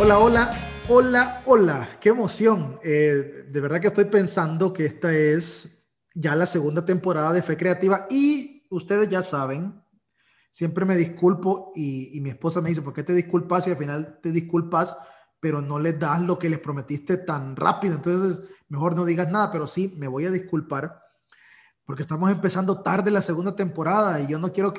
Hola, hola, hola, hola, qué emoción. De verdad que estoy pensando que esta es ya la segunda temporada de Fe Creativa y ustedes ya saben, siempre me disculpo y mi esposa me dice, ¿por qué te disculpas y al final te disculpas, pero no les das lo que les prometiste tan rápido? Entonces, mejor no digas nada, pero sí, me voy a disculpar porque estamos empezando tarde la segunda temporada y yo no quiero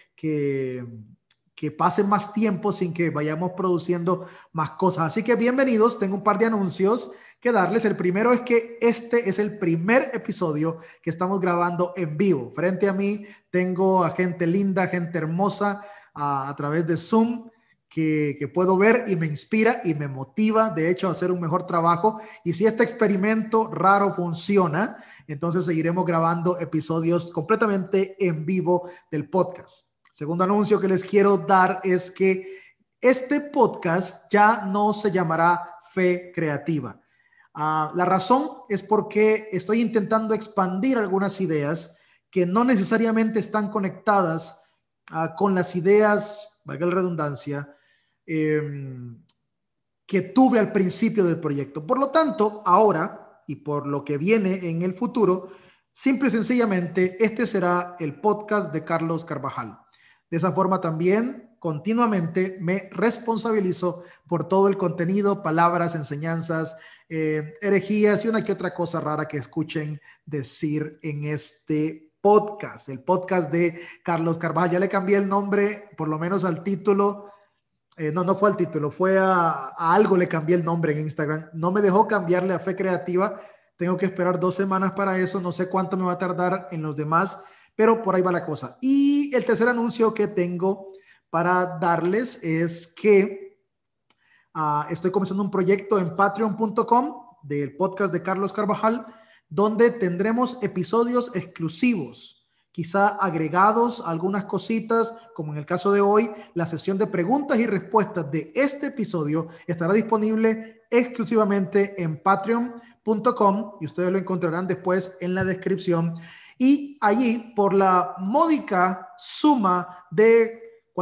que pase más tiempo sin que vayamos produciendo más cosas. Así que bienvenidos, tengo un par de anuncios que darles. El primero es que este es el primer episodio que estamos grabando en vivo. Frente a mí tengo a gente linda, gente hermosa a través de Zoom. Que puedo ver y me inspira y me motiva, de hecho, a hacer un mejor trabajo. Y si este experimento raro funciona, entonces seguiremos grabando episodios completamente en vivo del podcast. Segundo anuncio que les quiero dar es que este podcast ya no se llamará Fe Creativa. La razón es porque estoy intentando expandir algunas ideas que no necesariamente están conectadas con las ideas, valga la redundancia, eh, que tuve al principio del proyecto. Por lo tanto, ahora y por lo que viene en el futuro, simple y sencillamente, este será el podcast de Carlos Carvajal. De esa forma también, continuamente me responsabilizo por todo el contenido, palabras, enseñanzas, herejías y una que otra cosa rara que escuchen decir en este podcast, el podcast de Carlos Carvajal. Ya le cambié el nombre, por lo menos al título. No fue al título, fue a algo le cambié el nombre en Instagram. No me dejó cambiarle a Fe Creativa. Tengo que esperar 2 semanas para eso. No sé cuánto me va a tardar en los demás, pero por ahí va la cosa. Y el tercer anuncio que tengo para darles es que estoy comenzando un proyecto en patreon.com del podcast de Carlos Carvajal, donde tendremos episodios exclusivos, quizá agregados algunas cositas, como en el caso de hoy, la sesión de preguntas y respuestas de este episodio estará disponible exclusivamente en patreon.com y ustedes lo encontrarán después en la descripción. Y allí, por la módica suma de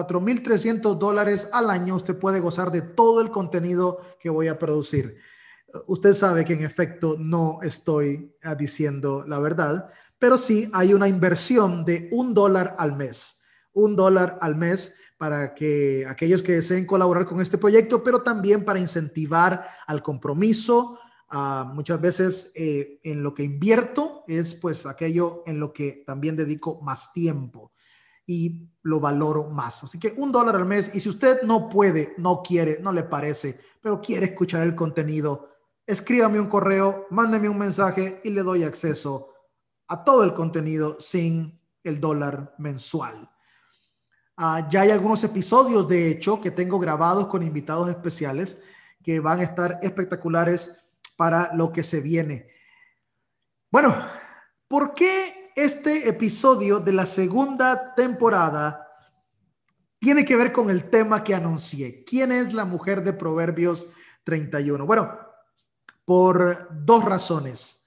$4,300 al año, usted puede gozar de todo el contenido que voy a producir. Usted sabe que en efecto no estoy diciendo la verdad, pero sí hay una inversión de $1 al mes. $1 al mes para que aquellos que deseen colaborar con este proyecto, pero también para incentivar al compromiso. Muchas veces en lo que invierto es pues aquello en lo que también dedico más tiempo y lo valoro más. Así que $1 al mes. Y si usted no puede, no quiere, no le parece, pero quiere escuchar el contenido, escríbame un correo, mándeme un mensaje y le doy acceso a todo el contenido sin el dólar mensual. Ya hay algunos episodios, de hecho, que tengo grabados con invitados especiales que van a estar espectaculares para lo que se viene. Bueno, ¿por qué este episodio de la segunda temporada tiene que ver con el tema que anuncié? ¿Quién es la mujer de Proverbios 31? Bueno, por dos razones.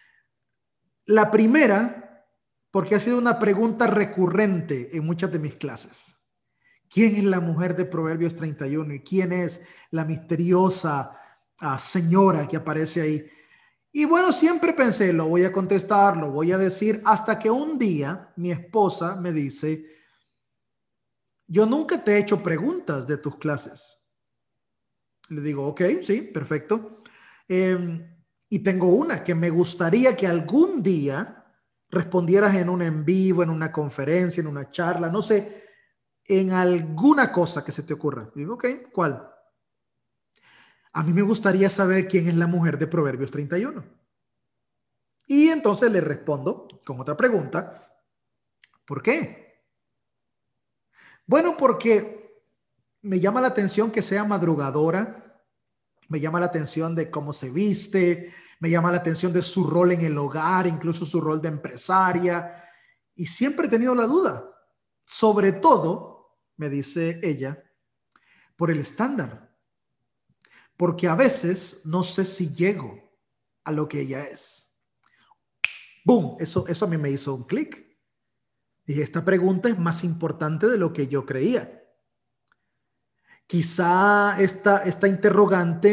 La primera, porque ha sido una pregunta recurrente en muchas de mis clases. ¿Quién es la mujer de Proverbios 31? ¿Y quién es la misteriosa señora que aparece ahí? Y bueno, siempre pensé, lo voy a contestar, lo voy a decir, hasta que un día mi esposa me dice, yo nunca te he hecho preguntas de tus clases. Le digo, ok, sí, perfecto. Y tengo una que me gustaría que algún día respondieras en un en vivo, en una conferencia, en una charla, no sé, en alguna cosa que se te ocurra. Digo, ok, ¿cuál? A mí me gustaría saber quién es la mujer de Proverbios 31. Y entonces le respondo con otra pregunta. ¿Por qué? Bueno, porque me llama la atención que sea madrugadora, me llama la atención de cómo se viste, me llama la atención de su rol en el hogar, incluso su rol de empresaria. Y siempre he tenido la duda, sobre todo, me dice ella, por el estándar, porque a veces no sé si llego a lo que ella es. ¡Boom! Eso a mí me hizo un clic. Dije, esta pregunta es más importante de lo que yo creía. Quizá esta interrogante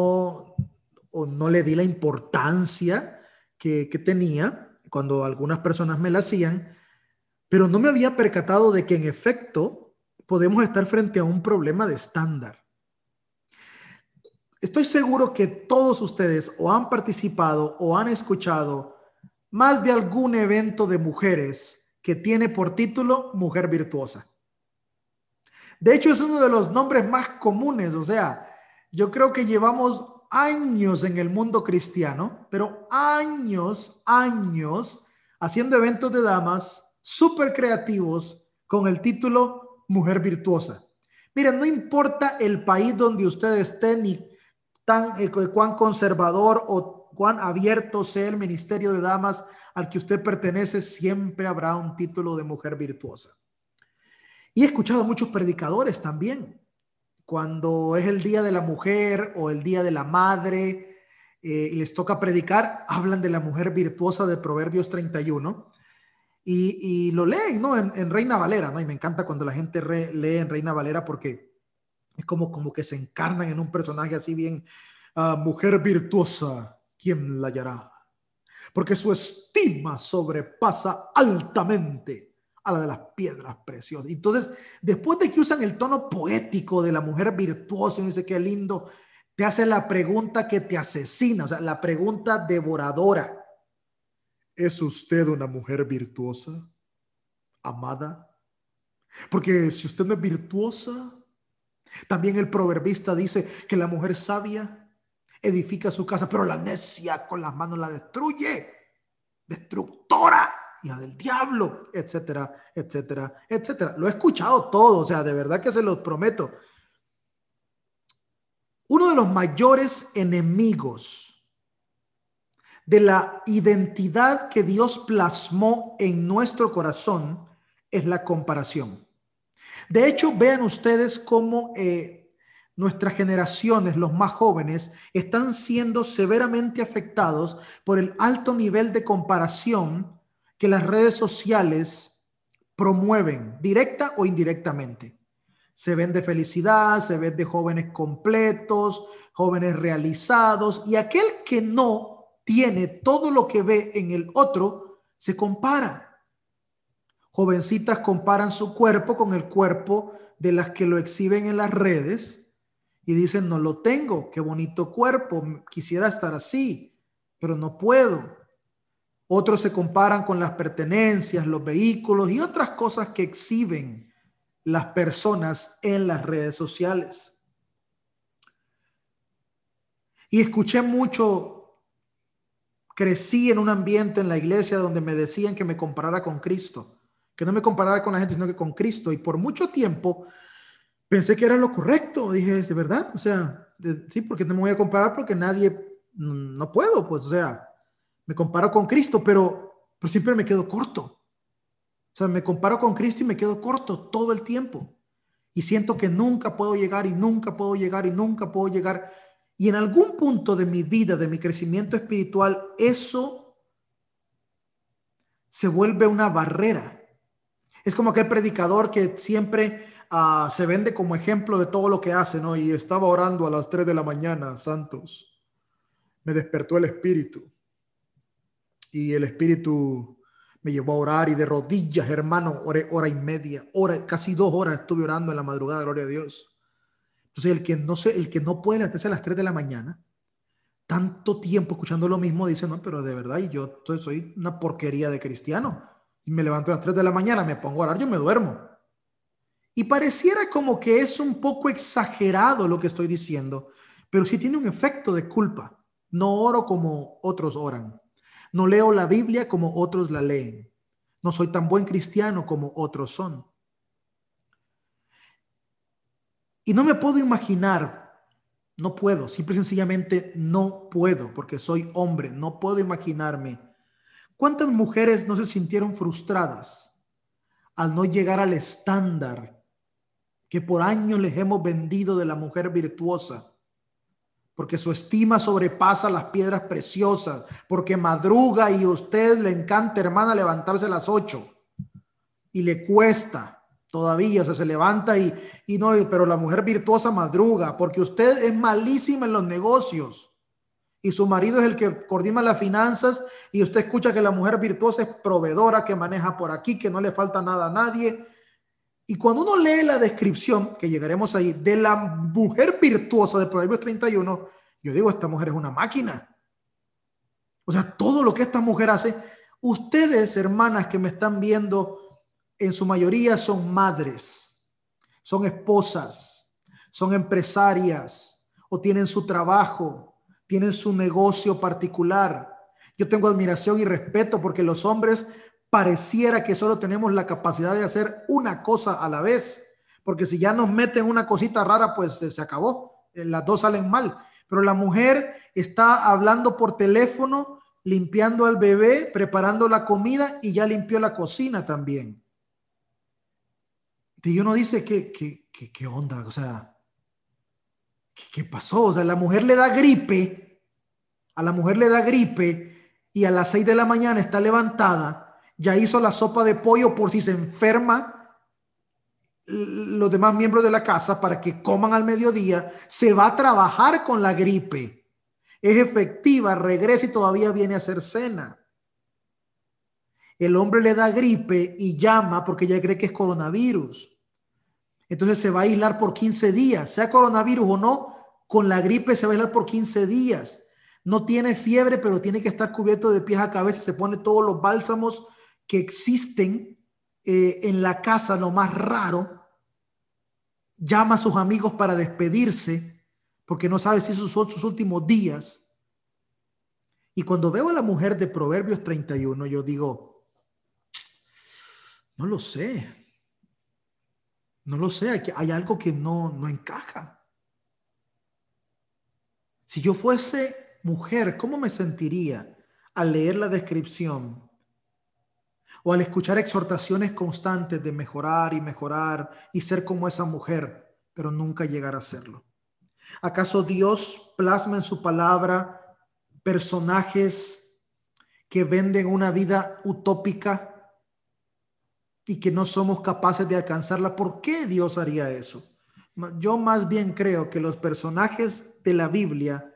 no le di la importancia que tenía cuando algunas personas me la hacían, pero no me había percatado de que en efecto podemos estar frente a un problema de estándar. Estoy seguro que todos ustedes o han participado o han escuchado más de algún evento de mujeres que tiene por título Mujer Virtuosa. De hecho, es uno de los nombres más comunes. O sea, yo creo que llevamos años en el mundo cristiano, pero años haciendo eventos de damas súper creativos con el título Mujer Virtuosa. Miren, no importa el país donde usted esté, ni cuán conservador o cuán abierto sea el ministerio de damas al que usted pertenece, siempre habrá un título de mujer virtuosa. Y he escuchado muchos predicadores también, cuando es el Día de la Mujer o el Día de la Madre, y les toca predicar, hablan de la mujer virtuosa de Proverbios 31 y lo leen, ¿no? En Reina Valera, ¿no? Y me encanta cuando la gente lee en Reina Valera porque es como que se encarnan en un personaje así bien, mujer virtuosa, ¿quién la hallará? Porque su estima sobrepasa altamente a la de las piedras preciosas. Entonces, después de que usan el tono poético de la mujer virtuosa, y dice qué lindo, te hace la pregunta que te asesina, o sea, la pregunta devoradora. ¿Es usted una mujer virtuosa, amada? Porque si usted no es virtuosa, también el proverbista dice que la mujer sabia edifica su casa, pero la necia con las manos la destruye. Destructora, hija del diablo, etcétera, etcétera, etcétera. Lo he escuchado todo, o sea, de verdad que se los prometo. Uno de los mayores enemigos de la identidad que Dios plasmó en nuestro corazón es la comparación. De hecho, vean ustedes cómo nuestras generaciones, los más jóvenes, están siendo severamente afectados por el alto nivel de comparación que las redes sociales promueven, directa o indirectamente. Se ven de felicidad, se ven de jóvenes completos, jóvenes realizados, y aquel que no tiene todo lo que ve en el otro, se compara. Jovencitas comparan su cuerpo con el cuerpo de las que lo exhiben en las redes y dicen, no lo tengo, qué bonito cuerpo, quisiera estar así, pero no puedo. Otros se comparan con las pertenencias, los vehículos y otras cosas que exhiben las personas en las redes sociales. Y escuché mucho, crecí en un ambiente en la iglesia donde me decían que me comparara con Cristo, que no me comparara con la gente, sino que con Cristo. Y por mucho tiempo pensé que era lo correcto. Dije, ¿de verdad? O sea, sí, porque no me voy a comparar porque no puedo, pues, o sea, me comparo con Cristo, pero siempre me quedo corto. O sea, me comparo con Cristo y me quedo corto todo el tiempo. Y siento que nunca puedo llegar y nunca puedo llegar y nunca puedo llegar. Y en algún punto de mi vida, de mi crecimiento espiritual, eso se vuelve una barrera. Es como aquel predicador que siempre se vende como ejemplo de todo lo que hace, ¿no? Y estaba orando a las 3 de la mañana, santos. Me despertó el espíritu. Y el espíritu me llevó a orar y de rodillas, hermano, oré hora y media, casi 2 horas estuve orando en la madrugada, gloria a Dios. Entonces el que no puede levantarse a las 3 de la mañana, tanto tiempo escuchando lo mismo, dice, no, pero de verdad, y yo soy una porquería de cristiano. Y me levanto a las 3 de la mañana, me pongo a orar, yo me duermo. Y pareciera como que es un poco exagerado lo que estoy diciendo, pero sí tiene un efecto de culpa. No oro como otros oran. No leo la Biblia como otros la leen. No soy tan buen cristiano como otros son. Y no me puedo imaginar, no puedo, simple y sencillamente no puedo, porque soy hombre, no puedo imaginarme cuántas mujeres no se sintieron frustradas al no llegar al estándar que por años les hemos vendido de la mujer virtuosa, porque su estima sobrepasa las piedras preciosas, porque madruga y a usted le encanta, hermana, levantarse a las 8 y le cuesta. Todavía, o sea, se levanta y no, pero la mujer virtuosa madruga porque usted es malísima en los negocios y su marido es el que coordina las finanzas y usted escucha que la mujer virtuosa es proveedora, que maneja por aquí, que no le falta nada a nadie. Y cuando uno lee la descripción, que llegaremos ahí, de la mujer virtuosa de Proverbios 31, yo digo, esta mujer es una máquina. O sea, todo lo que esta mujer hace, ustedes, hermanas que me están viendo, en su mayoría son madres, son esposas, son empresarias o tienen su trabajo, tienen su negocio particular. Yo tengo admiración y respeto porque los hombres pareciera que solo tenemos la capacidad de hacer una cosa a la vez, porque si ya nos meten una cosita rara, pues se acabó, las dos salen mal. Pero la mujer está hablando por teléfono, limpiando al bebé, preparando la comida y ya limpió la cocina también. Y uno dice, ¿qué onda? O sea, ¿qué pasó? O sea, la mujer le da gripe, a la mujer le da gripe y a las 6 de la mañana está levantada, ya hizo la sopa de pollo por si se enferma los demás miembros de la casa para que coman al mediodía, se va a trabajar con la gripe, es efectiva, regresa y todavía viene a hacer cena. El hombre le da gripe y llama porque ya cree que es coronavirus. Entonces se va a aislar por 15 días, sea coronavirus o no, con la gripe se va a aislar por 15 días. No tiene fiebre, pero tiene que estar cubierto de pies a cabeza, se pone todos los bálsamos que existen en la casa, lo más raro. Llama a sus amigos para despedirse porque no sabe si esos son sus últimos días. Y cuando veo a la mujer de Proverbios 31, yo digo, no lo sé. No lo sé, hay algo que no encaja. Si yo fuese mujer, ¿cómo me sentiría al leer la descripción o al escuchar exhortaciones constantes de mejorar y mejorar y ser como esa mujer, pero nunca llegar a serlo? ¿Acaso Dios plasma en su palabra personajes que venden una vida utópica y que no somos capaces de alcanzarla? ¿Por qué Dios haría eso? Yo más bien creo que los personajes de la Biblia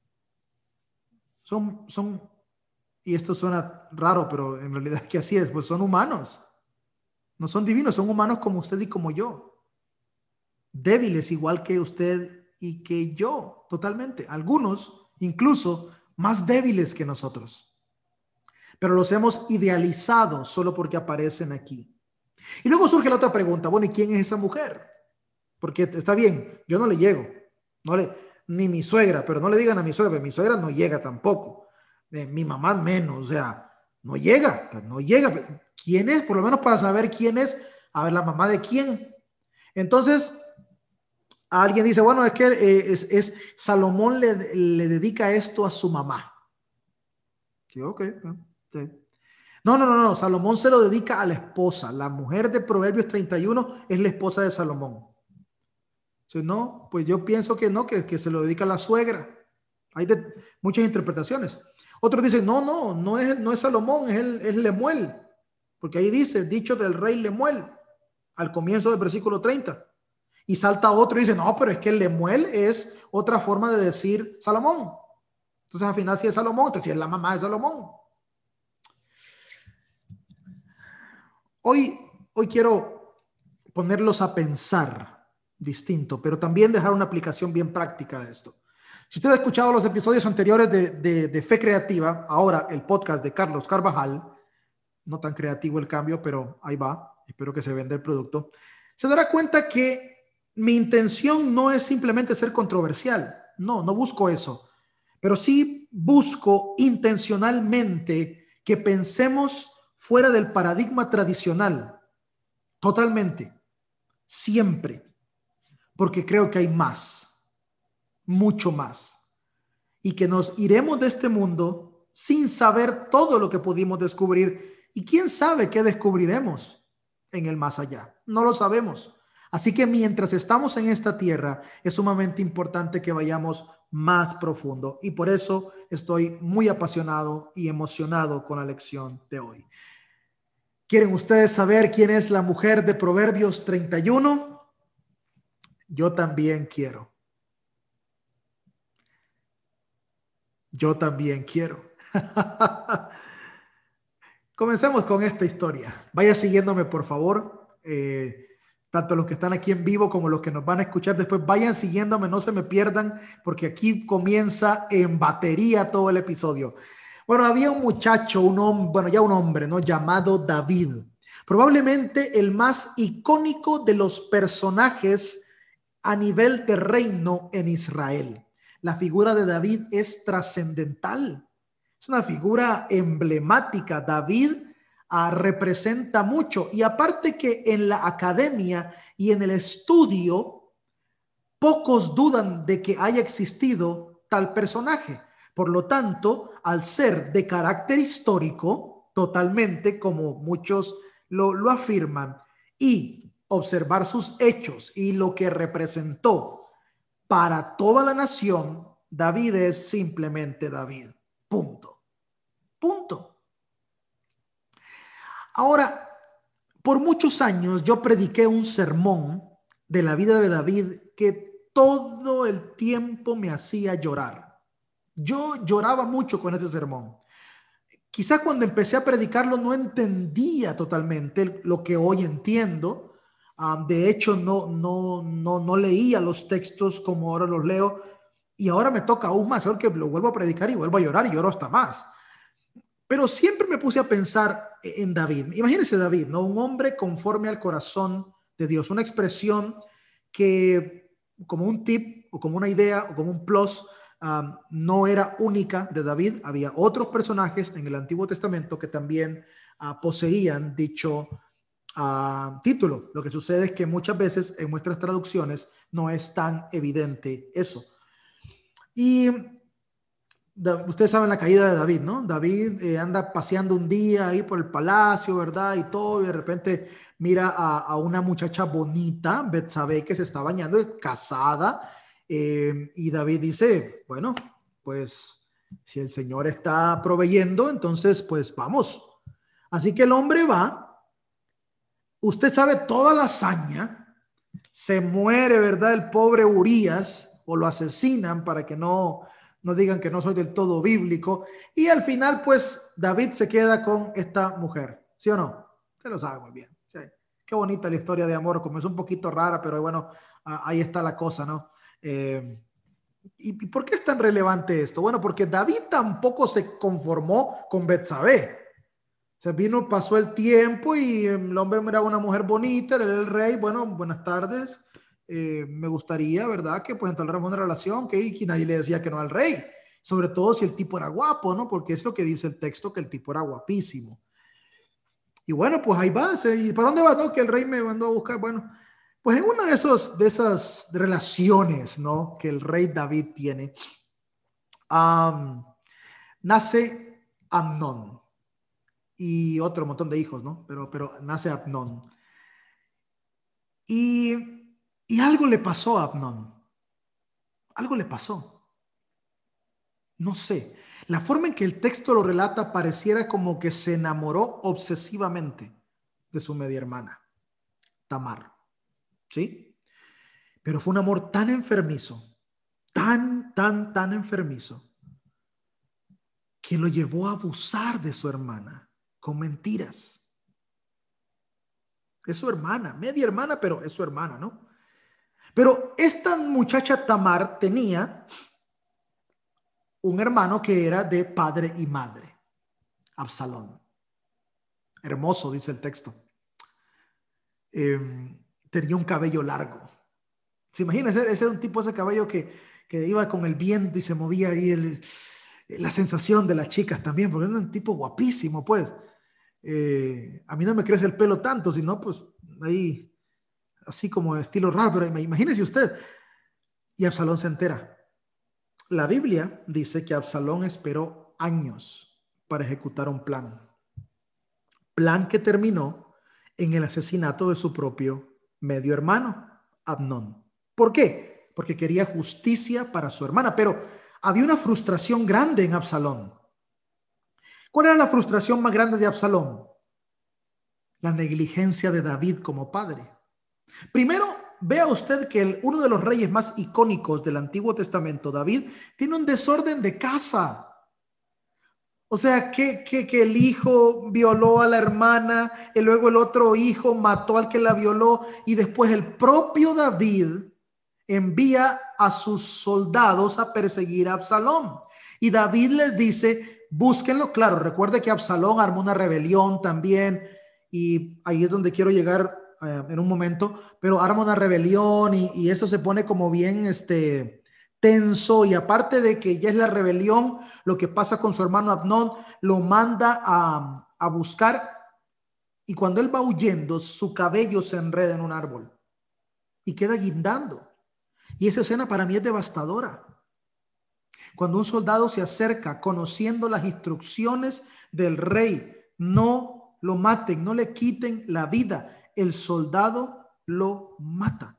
son, y esto suena raro, pero en realidad es que así es, pues son humanos. No son divinos, son humanos como usted y como yo. Débiles igual que usted y que yo, totalmente. Algunos incluso más débiles que nosotros. Pero los hemos idealizado solo porque aparecen aquí. Y luego surge la otra pregunta, bueno, ¿y quién es esa mujer? Porque está bien, yo no le llego, ni mi suegra, pero no le digan a mi suegra, mi suegra no llega tampoco, mi mamá menos, o sea, no llega, no llega. ¿Quién es? Por lo menos para saber quién es, a ver, la mamá de quién. Entonces, alguien dice, bueno, es que Salomón le dedica esto a su mamá. Sí, ok, sí. No. Salomón se lo dedica a la esposa. La mujer de Proverbios 31 es la esposa de Salomón. Si no, pues yo pienso que no, que se lo dedica a la suegra. Hay muchas interpretaciones. Otros dicen, no es Salomón, es Lemuel. Porque ahí dice, dicho del rey Lemuel, al comienzo del versículo 30. Y salta otro y dice, no, pero es que Lemuel es otra forma de decir Salomón. Entonces al final sí es Salomón, entonces sí es la mamá de Salomón. Hoy quiero ponerlos a pensar distinto, pero también dejar una aplicación bien práctica de esto. Si usted ha escuchado los episodios anteriores de Fe Creativa, ahora el podcast de Carlos Carvajal, no tan creativo el cambio, pero ahí va, espero que se venda el producto, se dará cuenta que mi intención no es simplemente ser controversial, no busco eso, pero sí busco intencionalmente que pensemos fuera del paradigma tradicional, totalmente, siempre, porque creo que hay más, mucho más, y que nos iremos de este mundo sin saber todo lo que pudimos descubrir, y quién sabe qué descubriremos en el más allá, no lo sabemos. Así que mientras estamos en esta tierra, es sumamente importante que vayamos más profundo, y por eso estoy muy apasionado y emocionado con la lección de hoy. ¿Quieren ustedes saber quién es la mujer de Proverbios 31? Yo también quiero. Yo también quiero. Comencemos con esta historia. Vaya siguiéndome, por favor. Tanto los que están aquí en vivo como los que nos van a escuchar después, vayan siguiéndome, no se me pierdan, porque aquí comienza en batería todo el episodio. Bueno, había un muchacho, un hombre, bueno, ya un hombre, ¿no? Llamado David. Probablemente el más icónico de los personajes a nivel de reino en Israel. La figura de David es trascendental. Es una figura emblemática. David representa mucho. Y aparte que en la academia y en el estudio, pocos dudan de que haya existido tal personaje. Por lo tanto, al ser de carácter histórico, totalmente, como muchos lo afirman, y observar sus hechos y lo que representó para toda la nación, David es simplemente David. Punto. Punto. Ahora, por muchos años yo prediqué un sermón de la vida de David que todo el tiempo me hacía llorar. Yo lloraba mucho con ese sermón. Quizá cuando empecé a predicarlo no entendía totalmente lo que hoy entiendo. De hecho, no leía los textos como ahora los leo, y ahora me toca aún más, ahora que lo vuelvo a predicar y vuelvo a llorar y lloro hasta más. Pero siempre me puse a pensar en David. Imagínense David, ¿no? Un hombre conforme al corazón de Dios, una expresión que como un tip o como una idea o como un plus, no era única de David. Había otros personajes en el Antiguo Testamento que también poseían dicho título. Lo que sucede es que muchas veces en nuestras traducciones no es tan evidente eso. Y ustedes saben la caída de David, ¿no? David anda paseando un día ahí por el palacio, ¿verdad? Y todo, y de repente mira a una muchacha bonita, Betsabé, que se está bañando, casada, y David dice, bueno, pues si el Señor está proveyendo, entonces pues vamos. Así que el hombre va, usted sabe toda la hazaña, se muere, ¿verdad? El pobre Urías, o lo asesinan para que no digan que no soy del todo bíblico. Y al final, pues, David se queda con esta mujer. ¿Sí o no? Usted lo sabe muy bien. Sí. Qué bonita la historia de amor. Como es un poquito rara, pero bueno, ahí está la cosa, ¿no? ¿Y por qué es tan relevante esto? Bueno, porque David tampoco se conformó con Betsabé. O sea, pasó el tiempo y el hombre miraba a una mujer bonita, él era el rey. Bueno, buenas tardes. Me gustaría, ¿verdad? Que pues entabláramos una relación, que nadie le decía que no al rey. Sobre todo si el tipo era guapo, ¿no? Porque es lo que dice el texto, que el tipo era guapísimo. Y bueno, pues ahí va. ¿Y para dónde va? No, que el rey me mandó a buscar. Bueno, pues en una de esas relaciones, ¿no? Que el rey David tiene, nace Amnón y otro montón de hijos, ¿no? Pero nace Amnón. Y algo le pasó a Amnón. Algo le pasó. No sé. La forma en que el texto lo relata pareciera como que se enamoró obsesivamente de su media hermana, Tamar. ¿Sí? Pero fue un amor tan enfermizo, tan enfermizo, que lo llevó a abusar de su hermana con mentiras. Es su hermana, media hermana, pero es su hermana, ¿no? Pero esta muchacha Tamar tenía un hermano que era de padre y madre, Absalón. Hermoso, dice el texto. Tenía un cabello largo. ¿Se imagina? Ese era un tipo, ese cabello que iba con el viento y se movía ahí la sensación de las chicas también, porque era un tipo guapísimo, pues. A mí no me crece el pelo tanto, sino pues ahí, así como estilo raro, pero imagínese usted. Y Absalón se entera. La Biblia dice que Absalón esperó años para ejecutar un plan. Plan que terminó en el asesinato de su propio medio hermano, Amnón. ¿Por qué? Porque quería justicia para su hermana, pero había una frustración grande en Absalón. ¿Cuál era la frustración más grande de Absalón? la negligencia de David como padre. Primero, vea usted que uno de los reyes más icónicos del Antiguo Testamento, David, tiene un desorden de casa. O sea, que el hijo violó a la hermana, y luego el otro hijo mató al que la violó, y después el propio David envía a sus soldados a perseguir a Absalón. Y David les dice, búsquenlo. Claro, recuerde que Absalón armó una rebelión también, y ahí es donde quiero llegar en un momento, pero arma una rebelión y eso se pone como bien tenso, y aparte de que ya es la rebelión, lo que pasa con su hermano Abnón, lo manda a buscar, y cuando él va huyendo, su cabello se enreda en un árbol y queda guindando. Y esa escena para mí es devastadora. Cuando un soldado se acerca conociendo las instrucciones del rey, no lo maten, no le quiten la vida, el soldado lo mata.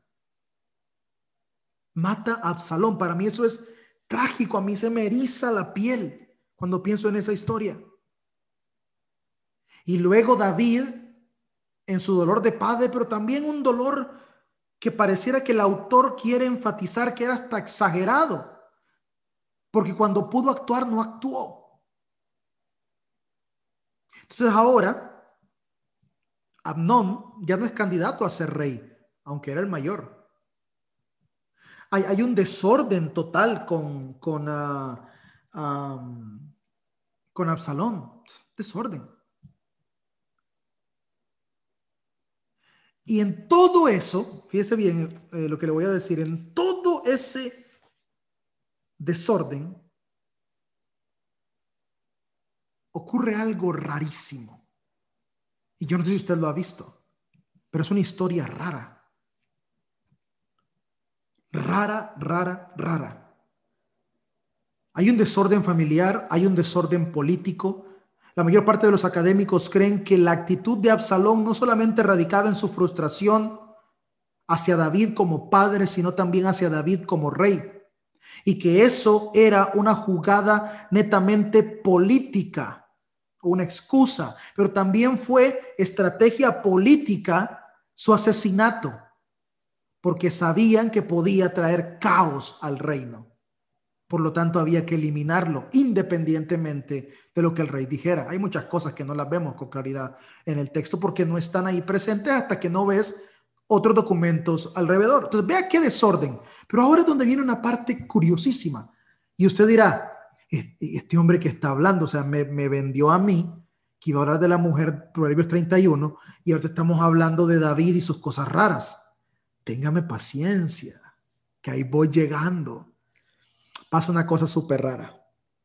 Mata a Absalón. Para mí eso es trágico. A mí se me eriza la piel cuando pienso en esa historia. Y luego David, en su dolor de padre, pero también un dolor que pareciera que el autor quiere enfatizar que era hasta exagerado, porque cuando pudo actuar no actuó. Entonces ahora Abnón ya no es candidato a ser rey, aunque era el mayor. Hay un desorden total con Absalón. Desorden. Y en todo eso, fíjese bien lo que le voy a decir, en todo ese desorden ocurre algo rarísimo. Y yo no sé si usted lo ha visto, pero es una historia rara. Rara. Hay un desorden familiar, hay un desorden político. La mayor parte de los académicos creen que la actitud de Absalón no solamente radicaba en su frustración hacia David como padre, sino también hacia David como rey. Y que eso era una jugada netamente política, una excusa, pero también fue estrategia política su asesinato, porque sabían que podía traer caos al reino. Por lo tanto, había que eliminarlo independientemente de lo que el rey dijera. Hay muchas cosas que no las vemos con claridad en el texto porque no están ahí presentes hasta que no ves otros documentos alrededor. Entonces, vea qué desorden. Pero ahora es donde viene una parte curiosísima. Y usted dirá, este hombre que está hablando, o sea, me vendió a mí que iba a hablar de la mujer, Proverbios 31, y ahorita estamos hablando de David y sus cosas raras. Téngame paciencia, que ahí voy llegando. Pasa una cosa súper rara.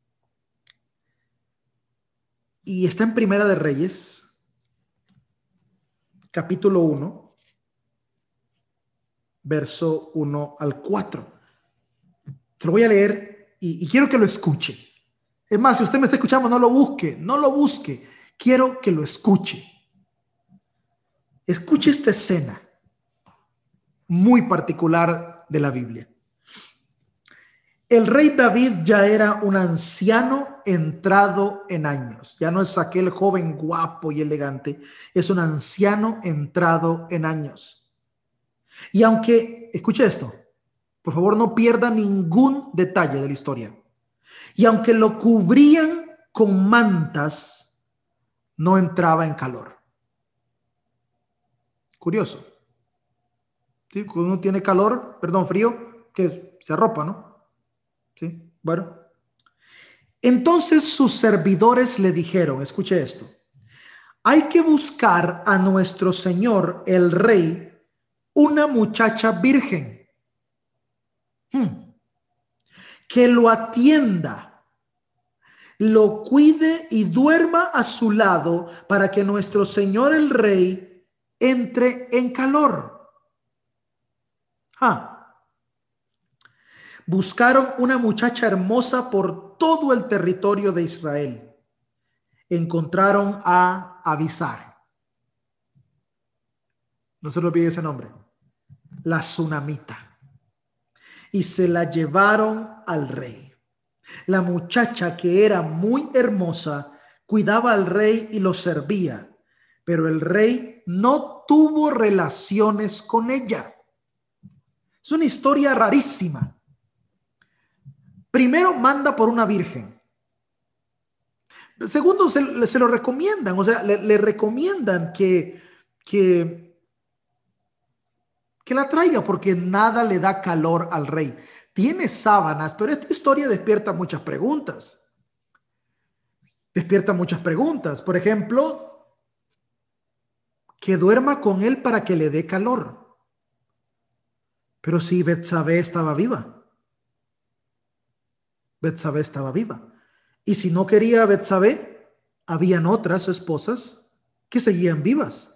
Y está en Primera de Reyes, capítulo 1, verso 1 al 4. Se lo voy a leer y quiero que lo escuche. Es más, si usted me está escuchando, no lo busque. Quiero que lo escuche. Escuche esta escena muy particular de la Biblia. El rey David ya era un anciano entrado en años. Ya no es aquel joven guapo y elegante, es un anciano entrado en años. Y aunque, escuche esto, por favor no pierda ningún detalle de la historia. Y aunque lo cubrían con mantas, no entraba en calor. Curioso. ¿Sí? Cuando uno tiene frío, que se arropa, ¿no? Sí, bueno. Entonces sus servidores le dijeron, escuche esto, hay que buscar a nuestro señor el rey una muchacha virgen que lo atienda, lo cuide y duerma a su lado para que nuestro señor el rey entre en calor. Buscaron una muchacha hermosa por todo el territorio de Israel. Encontraron a Abisag. No se lo olvide ese nombre. La Sunamita. Y se la llevaron al rey. La muchacha, que era muy hermosa, cuidaba al rey y lo servía. pero el rey no tuvo relaciones con ella. Es una historia rarísima. Primero manda por una virgen. Segundo, se lo recomiendan, o sea, le recomiendan que la traiga porque nada le da calor al rey. Tiene sábanas, pero esta historia despierta muchas preguntas. Despierta muchas preguntas. Por ejemplo, que duerma con él para que le dé calor. Pero si Betsabé estaba viva. Betsabé estaba viva. Y si no quería a Betsabé, habían otras esposas que seguían vivas.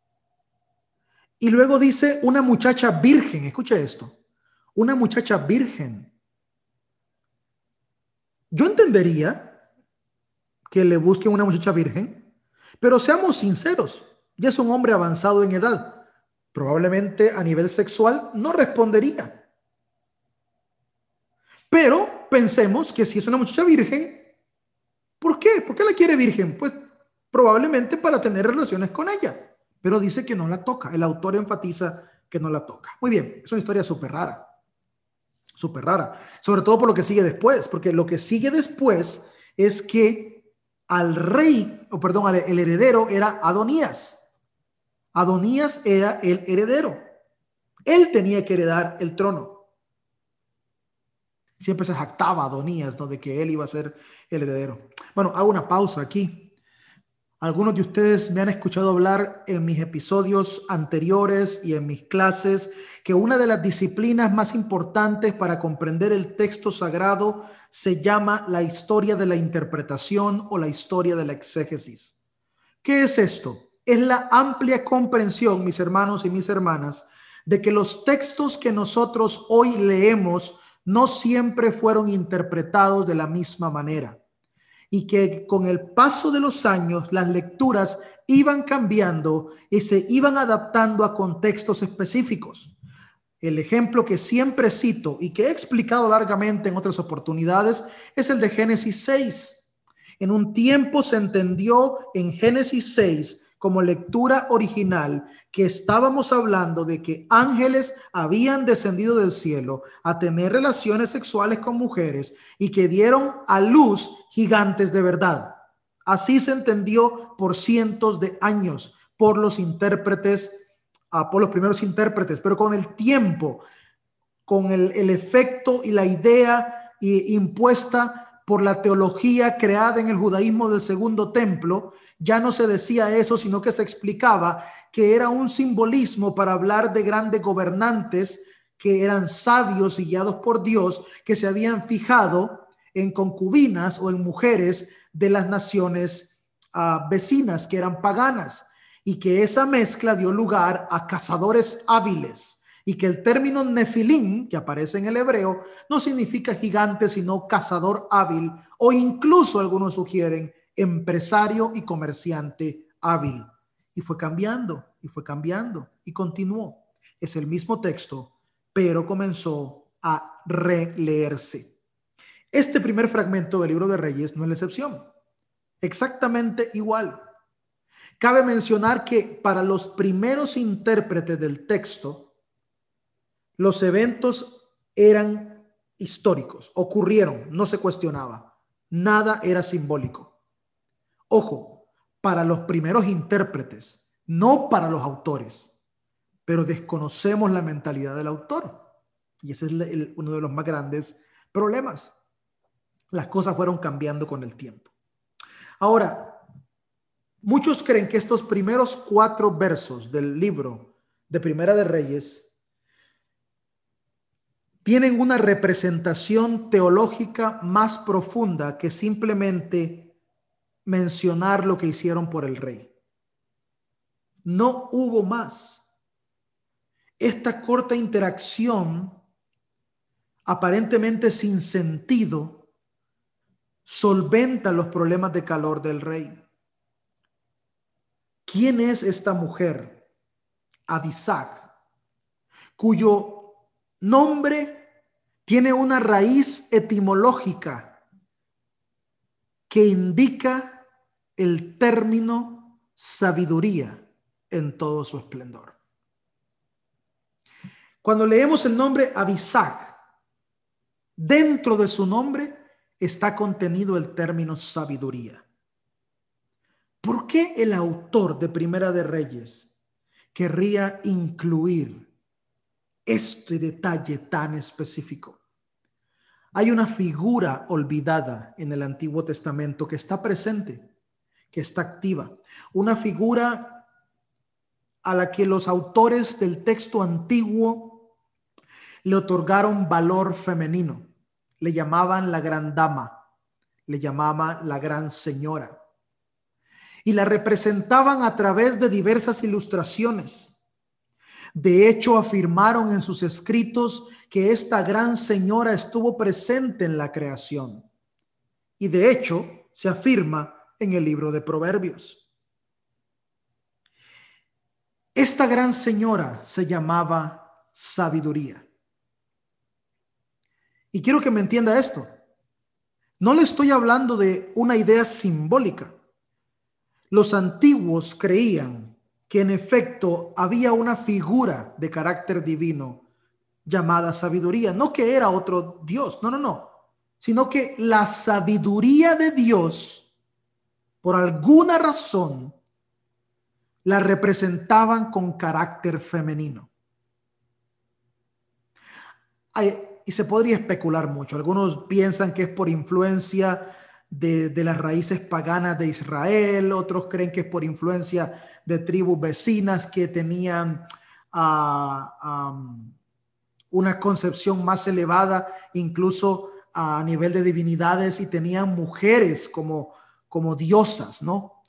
Y luego dice una muchacha virgen. Escucha esto. Una muchacha virgen. Yo entendería que le busquen una muchacha virgen, pero seamos sinceros, ya es un hombre avanzado en edad. Probablemente a nivel sexual no respondería. Pero pensemos que si es una muchacha virgen, ¿por qué? ¿Por qué la quiere virgen? Pues probablemente para tener relaciones con ella, pero dice que no la toca. El autor enfatiza que no la toca. Muy bien, es una historia súper rara, sobre todo por lo que sigue después, porque lo que sigue después es que al rey, o perdón, el heredero era Adonías. Adonías era el heredero. Él tenía que heredar el trono. Siempre se jactaba Adonías, ¿no?, de que él iba a ser el heredero. Bueno, hago una pausa aquí. Algunos de ustedes me han escuchado hablar en mis episodios anteriores y en mis clases que una de las disciplinas más importantes para comprender el texto sagrado se llama la historia de la interpretación o la historia de la exégesis. ¿Qué es esto? Es la amplia comprensión, mis hermanos y mis hermanas, de que los textos que nosotros hoy leemos no siempre fueron interpretados de la misma manera. Y que con el paso de los años las lecturas iban cambiando y se iban adaptando a contextos específicos. El ejemplo que siempre cito y que he explicado largamente en otras oportunidades es el de Génesis 6. En un tiempo se entendió en Génesis 6 como lectura original que estábamos hablando de que ángeles habían descendido del cielo a tener relaciones sexuales con mujeres y que dieron a luz gigantes de verdad. Así se entendió por cientos de años por los intérpretes, por los primeros intérpretes, pero con el tiempo, con el efecto y la idea impuesta por la teología creada en el judaísmo del segundo templo, ya no se decía eso, sino que se explicaba que era un simbolismo para hablar de grandes gobernantes que eran sabios y guiados por Dios, que se habían fijado en concubinas o en mujeres de las naciones vecinas que eran paganas, y que esa mezcla dio lugar a cazadores hábiles. Y que el término nefilim, que aparece en el hebreo, no significa gigante, sino cazador hábil, o incluso algunos sugieren empresario y comerciante hábil. Y fue cambiando, y continuó. Es el mismo texto, pero comenzó a releerse. Este primer fragmento del libro de Reyes no es la excepción. Exactamente igual. Cabe mencionar que para los primeros intérpretes del texto, los eventos eran históricos, ocurrieron, no se cuestionaba. Nada era simbólico. Ojo, para los primeros intérpretes, no para los autores, pero desconocemos la mentalidad del autor. Y ese es uno de los más grandes problemas. Las cosas fueron cambiando con el tiempo. Ahora, muchos creen que estos primeros 4 versos del libro de Primera de Reyes tienen una representación teológica más profunda que simplemente mencionar lo que hicieron por el rey. No hubo más. Esta corta interacción, aparentemente sin sentido, solventa los problemas de calor del rey. ¿Quién es esta mujer? Abisag, cuyo nombre tiene una raíz etimológica que indica el término sabiduría en todo su esplendor. Cuando leemos el nombre Abisag, dentro de su nombre está contenido el término sabiduría. ¿Por qué el autor de Primera de Reyes querría incluir este detalle tan específico? Hay una figura olvidada en el Antiguo Testamento que está presente, que está activa. Una figura a la que los autores del texto antiguo le otorgaron valor femenino. Le llamaban la gran dama, le llamaban la gran señora. Y la representaban a través de diversas ilustraciones. De hecho, afirmaron en sus escritos que esta gran señora estuvo presente en la creación. Y de hecho, se afirma en el libro de Proverbios. Esta gran señora se llamaba sabiduría. Y quiero que me entienda esto. No le estoy hablando de una idea simbólica. Los antiguos creían que en efecto había una figura de carácter divino llamada sabiduría. No que era otro Dios, no. Sino que la sabiduría de Dios, por alguna razón, la representaban con carácter femenino. Y se podría especular mucho. Algunos piensan que es por influencia de las raíces paganas de Israel. Otros creen que es por influencia de tribus vecinas que tenían una concepción más elevada, incluso a nivel de divinidades, y tenían mujeres como diosas, ¿no?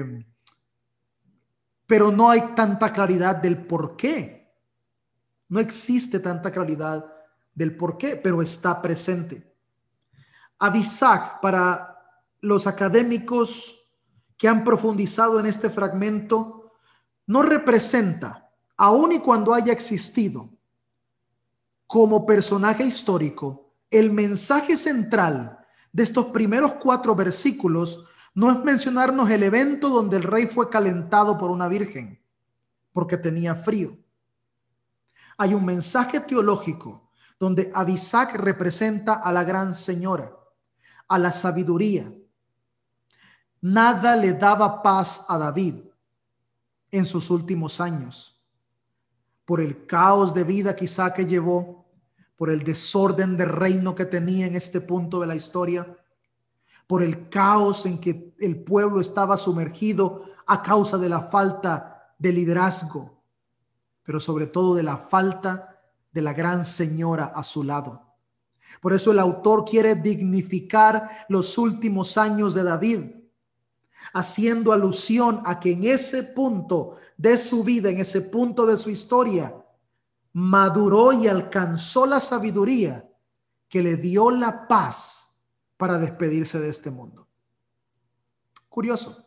Pero no hay tanta claridad del por qué. No existe tanta claridad del por qué, pero está presente. Abisag, para los académicos que han profundizado en este fragmento, no representa, aun y cuando haya existido como personaje histórico, el mensaje central de estos primeros 4 versículos no es mencionarnos el evento donde el rey fue calentado por una virgen porque tenía frío. Hay un mensaje teológico donde Abisag representa a la gran señora, a la sabiduría. Nada le daba paz a David en sus últimos años, por el caos de vida quizá que llevó, por el desorden de reino que tenía en este punto de la historia, por el caos en que el pueblo estaba sumergido a causa de la falta de liderazgo, pero sobre todo de la falta de la gran señora a su lado. Por eso el autor quiere dignificar los últimos años de David, haciendo alusión a que en ese punto de su vida, en ese punto de su historia, maduró y alcanzó la sabiduría que le dio la paz para despedirse de este mundo. Curioso.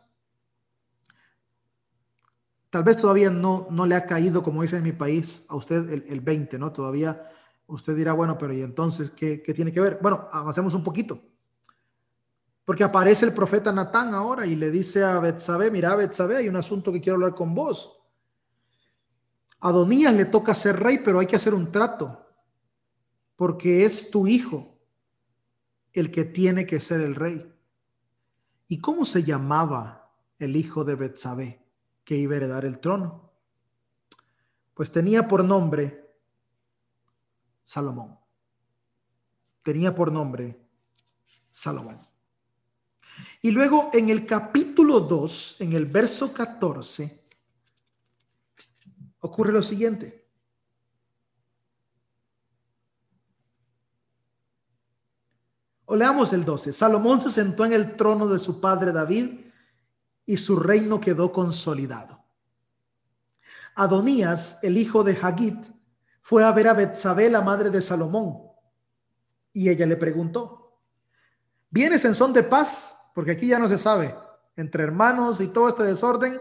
Tal vez todavía no le ha caído, como dice en mi país, a usted el 20, ¿no? Todavía usted dirá, bueno, pero ¿y entonces qué tiene que ver? Bueno, avancemos un poquito. Porque aparece el profeta Natán ahora y le dice a Betsabé, mira, Betsabé, hay un asunto que quiero hablar con vos. A Adonías le toca ser rey, pero hay que hacer un trato, porque es tu hijo el que tiene que ser el rey. ¿Y cómo se llamaba el hijo de Betsabé que iba a heredar el trono? Pues tenía por nombre Salomón. Tenía por nombre Salomón. Y luego en el capítulo 2, en el verso 14, ocurre lo siguiente. O leamos el 12. Salomón se sentó en el trono de su padre David y su reino quedó consolidado. Adonías, el hijo de Hagit, fue a ver a Betsabé, la madre de Salomón, y ella le preguntó, ¿vienes en son de paz? Porque aquí ya no se sabe, entre hermanos y todo este desorden.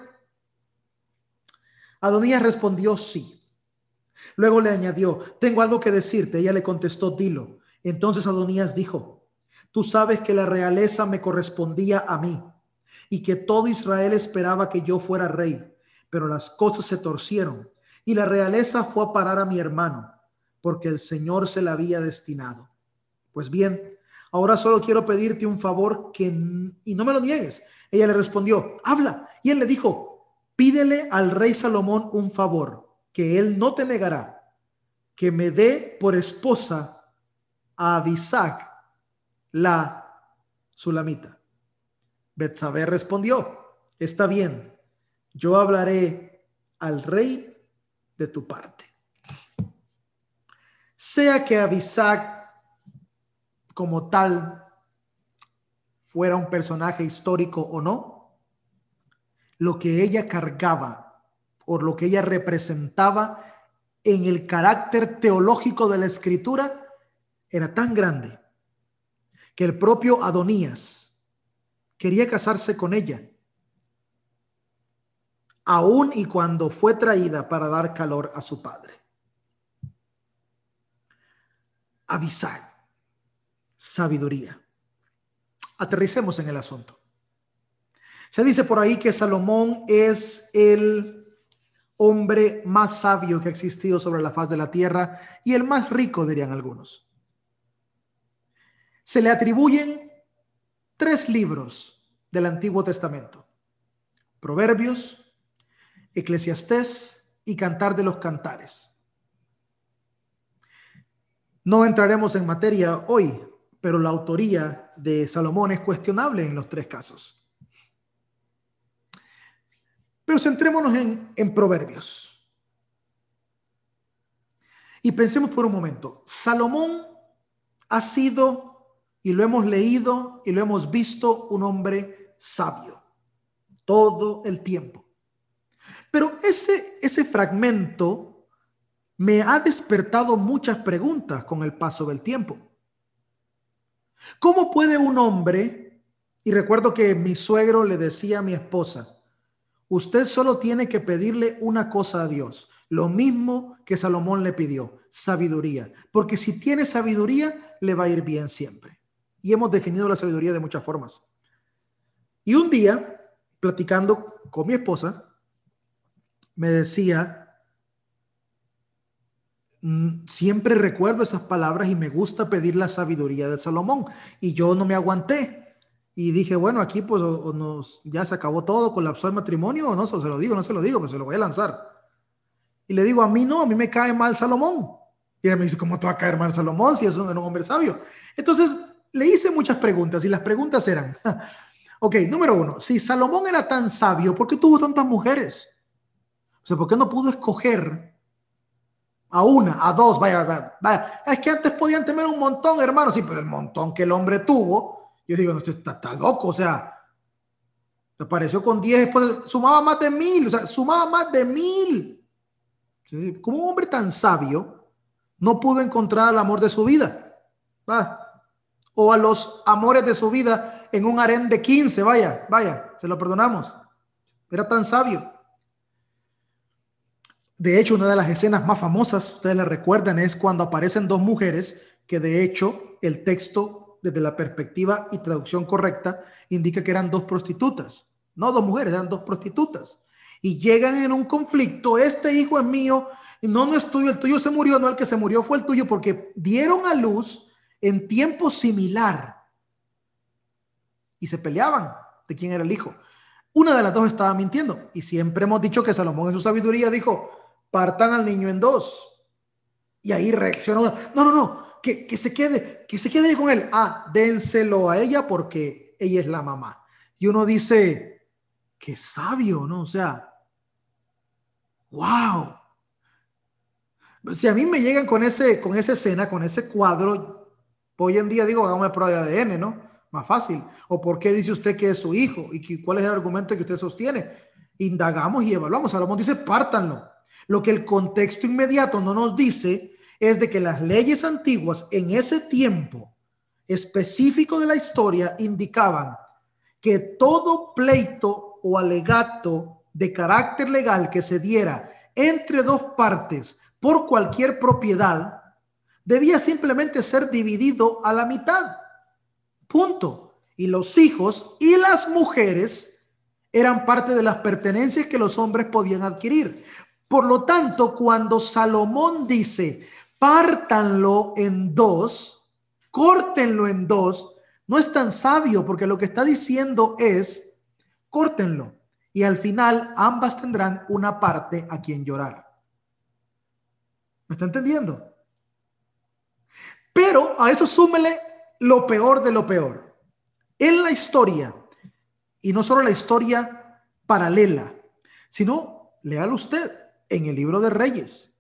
Adonías respondió sí. Luego le añadió, tengo algo que decirte. Ella le contestó, dilo. Entonces Adonías dijo, tú sabes que la realeza me correspondía a mí y que todo Israel esperaba que yo fuera rey, pero las cosas se torcieron y la realeza fue a parar a mi hermano, porque el Señor se la había destinado. Pues bien, ahora solo quiero pedirte un favor y no me lo niegues. Ella le respondió, habla. Y él le dijo, pídele al rey Salomón un favor, que él no te negará, que me dé por esposa a Abisag, la sulamita. Betsabé respondió, está bien, yo hablaré al rey de tu parte. Sea que Abisag como tal fuera un personaje histórico o no, lo que ella cargaba o lo que ella representaba en el carácter teológico de la escritura era tan grande que el propio Adonías quería casarse con ella, aun y cuando fue traída para dar calor a su padre. Abisag, sabiduría. Aterricemos en el asunto. Se dice por ahí que Salomón es el hombre más sabio que ha existido sobre la faz de la tierra y el más rico, dirían algunos. Se le atribuyen 3 libros del Antiguo Testamento: Proverbios, Eclesiastés y Cantar de los Cantares. No entraremos en materia hoy, pero la autoría de Salomón es cuestionable en los 3 casos. Pero centrémonos en Proverbios. Y pensemos por un momento. Salomón ha sido, y lo hemos leído y lo hemos visto, un hombre sabio todo el tiempo. Pero ese fragmento me ha despertado muchas preguntas con el paso del tiempo. ¿Cómo puede un hombre, y recuerdo que mi suegro le decía a mi esposa, usted solo tiene que pedirle una cosa a Dios, lo mismo que Salomón le pidió, sabiduría, porque si tiene sabiduría le va a ir bien siempre. Y hemos definido la sabiduría de muchas formas. Y un día, platicando con mi esposa, me decía, siempre recuerdo esas palabras y me gusta pedir la sabiduría de Salomón. Y yo no me aguanté. Y dije, bueno, aquí pues ya se acabó todo, colapsó el matrimonio, o no, se lo digo, no se lo digo, pues se lo voy a lanzar. Y le digo, a mí no, a mí me cae mal Salomón. Y ella me dice, ¿cómo te va a caer mal Salomón si es un hombre sabio? Entonces le hice muchas preguntas y las preguntas eran, ok, número 1, si Salomón era tan sabio, ¿por qué tuvo tantas mujeres? O sea, ¿por qué no pudo escoger a una, a dos? Vaya. Es que antes podían tener un montón, hermano. Sí, pero el montón que el hombre tuvo, yo digo, no, usted está loco, o sea, apareció con 10, después sumaba más de 1000, o sea, sumaba más de 1000. ¿Cómo un hombre tan sabio no pudo encontrar el amor de su vida? ¿Va? O a los amores de su vida en un harén de 15, vaya, se lo perdonamos. Era tan sabio. De hecho, una de las escenas más famosas, ustedes la recuerdan, es cuando aparecen 2 mujeres que de hecho el texto, desde la perspectiva y traducción correcta, indica que eran 2 prostitutas. No 2 mujeres, eran 2 prostitutas. Y llegan en un conflicto, este hijo es mío, no es tuyo, el tuyo se murió, no, el que se murió fue el tuyo, porque dieron a luz en tiempo similar. Y se peleaban de quién era el hijo. Una de las 2 estaba mintiendo. Y siempre hemos dicho que Salomón en su sabiduría dijo, partan al niño en 2. Y ahí reaccionó, no, que se quede con él. Dénselo a ella porque ella es la mamá. Y uno dice, qué sabio, ¿no? O sea, wow. Si a mí me llegan con esa escena, con ese cuadro, hoy en día digo, hagamos prueba de ADN, ¿no? Más fácil. ¿O por qué dice usted que es su hijo? ¿Y cuál es el argumento que usted sostiene? Indagamos y evaluamos. Salomón dice, pártanlo. Lo que el contexto inmediato no nos dice es de que las leyes antiguas en ese tiempo específico de la historia indicaban que todo pleito o alegato de carácter legal que se diera entre 2 partes por cualquier propiedad debía simplemente ser dividido a la mitad. Punto. Y los hijos y las mujeres eran parte de las pertenencias que los hombres podían adquirir. Por lo tanto, cuando Salomón dice, pártanlo en dos, córtenlo en dos, no es tan sabio, porque lo que está diciendo es, córtenlo, y al final ambas tendrán una parte a quien llorar. ¿Me está entendiendo? Pero a eso súmele lo peor de lo peor. En la historia, y no solo la historia paralela, sino, léalo usted, en el libro de Reyes.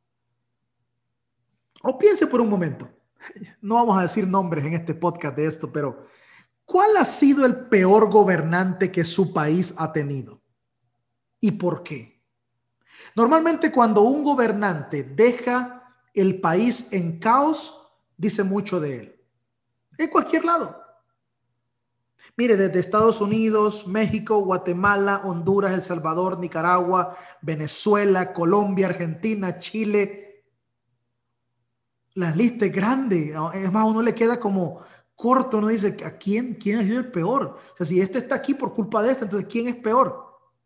O piense por un momento, no vamos a decir nombres en este podcast de esto, pero ¿cuál ha sido el peor gobernante que su país ha tenido? ¿Y por qué? Normalmente cuando un gobernante deja el país en caos, dice mucho de él. En cualquier lado. Mire, desde Estados Unidos, México, Guatemala, Honduras, El Salvador, Nicaragua, Venezuela, Colombia, Argentina, Chile. La lista es grande. Es más, a uno le queda como corto. Uno dice, ¿a quién ha sido el peor? O sea, si este está aquí por culpa de este, entonces ¿quién es peor?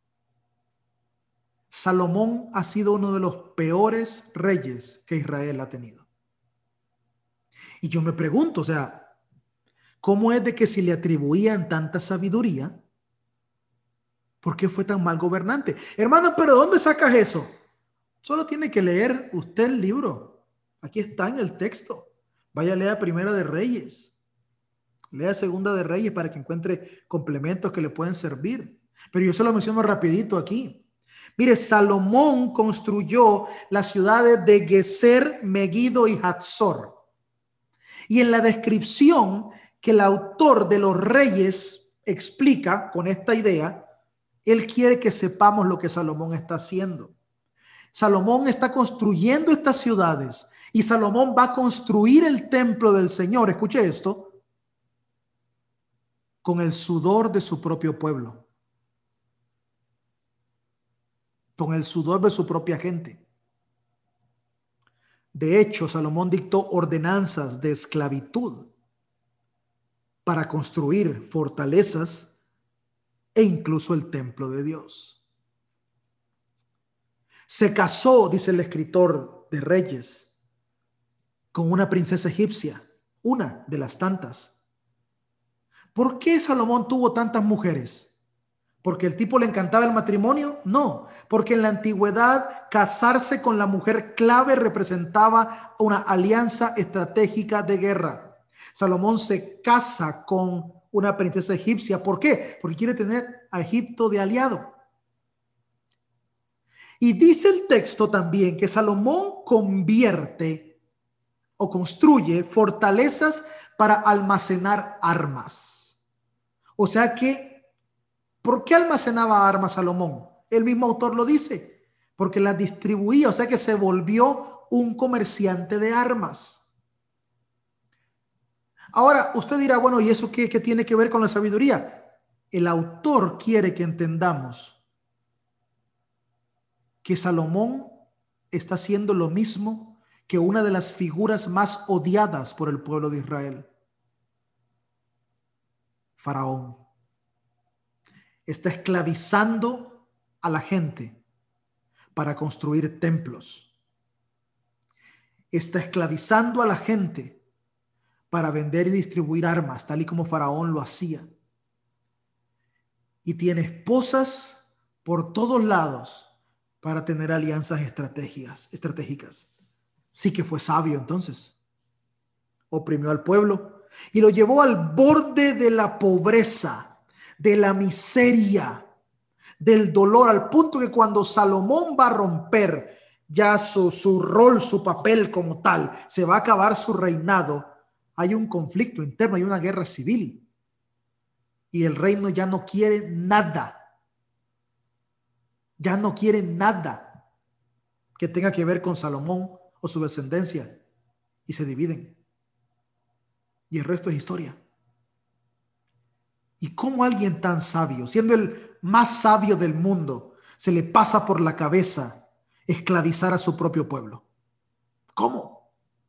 Salomón ha sido uno de los peores reyes que Israel ha tenido. Y yo me pregunto, o sea, ¿cómo es de que si le atribuían tanta sabiduría, por qué fue tan mal gobernante? Hermano, pero ¿dónde sacas eso? Solo tiene que leer usted el libro. Aquí está en el texto. Vaya, lea Primera de Reyes. Lea Segunda de Reyes para que encuentre complementos que le pueden servir. Pero yo se lo menciono rapidito aquí. Mire, Salomón construyó las ciudades de Gezer, Megiddo y Hatzor. Y en la descripción que el autor de los Reyes explica con esta idea, él quiere que sepamos lo que Salomón está haciendo. Salomón está construyendo estas ciudades y Salomón va a construir el templo del Señor. Escuche esto, con el sudor de su propio pueblo, con el sudor de su propia gente. De hecho, Salomón dictó ordenanzas de esclavitud para construir fortalezas e incluso el templo de Dios. Se casó, dice el escritor de Reyes, con una princesa egipcia, una de las tantas. ¿Por qué Salomón tuvo tantas mujeres? ¿Porque el tipo le encantaba el matrimonio? No, porque en la antigüedad casarse con la mujer clave representaba una alianza estratégica de guerra. Salomón se casa con una princesa egipcia. ¿Por qué? Porque quiere tener a Egipto de aliado. Y dice el texto también que Salomón convierte o construye fortalezas para almacenar armas. O sea que, ¿por qué almacenaba armas Salomón? El mismo autor lo dice, porque las distribuía, o sea que se volvió un comerciante de armas. Ahora, usted dirá, bueno, ¿y eso qué tiene que ver con la sabiduría? El autor quiere que entendamos que Salomón está haciendo lo mismo que una de las figuras más odiadas por el pueblo de Israel, Faraón. Está esclavizando a la gente para construir templos. Está esclavizando a la gente para vender y distribuir armas, tal y como Faraón lo hacía. Y tiene esposas por todos lados para tener alianzas estratégicas. Sí que fue sabio entonces. Oprimió al pueblo y lo llevó al borde de la pobreza, de la miseria, del dolor, al punto que cuando Salomón va a romper ya su rol, su papel como tal, se va a acabar su reinado, hay un conflicto interno, hay una guerra civil y el reino ya no quiere nada. Ya no quiere nada que tenga que ver con Salomón o su descendencia y se dividen. Y el resto es historia. ¿Y cómo alguien tan sabio, siendo el más sabio del mundo, se le pasa por la cabeza esclavizar a su propio pueblo? ¿Cómo?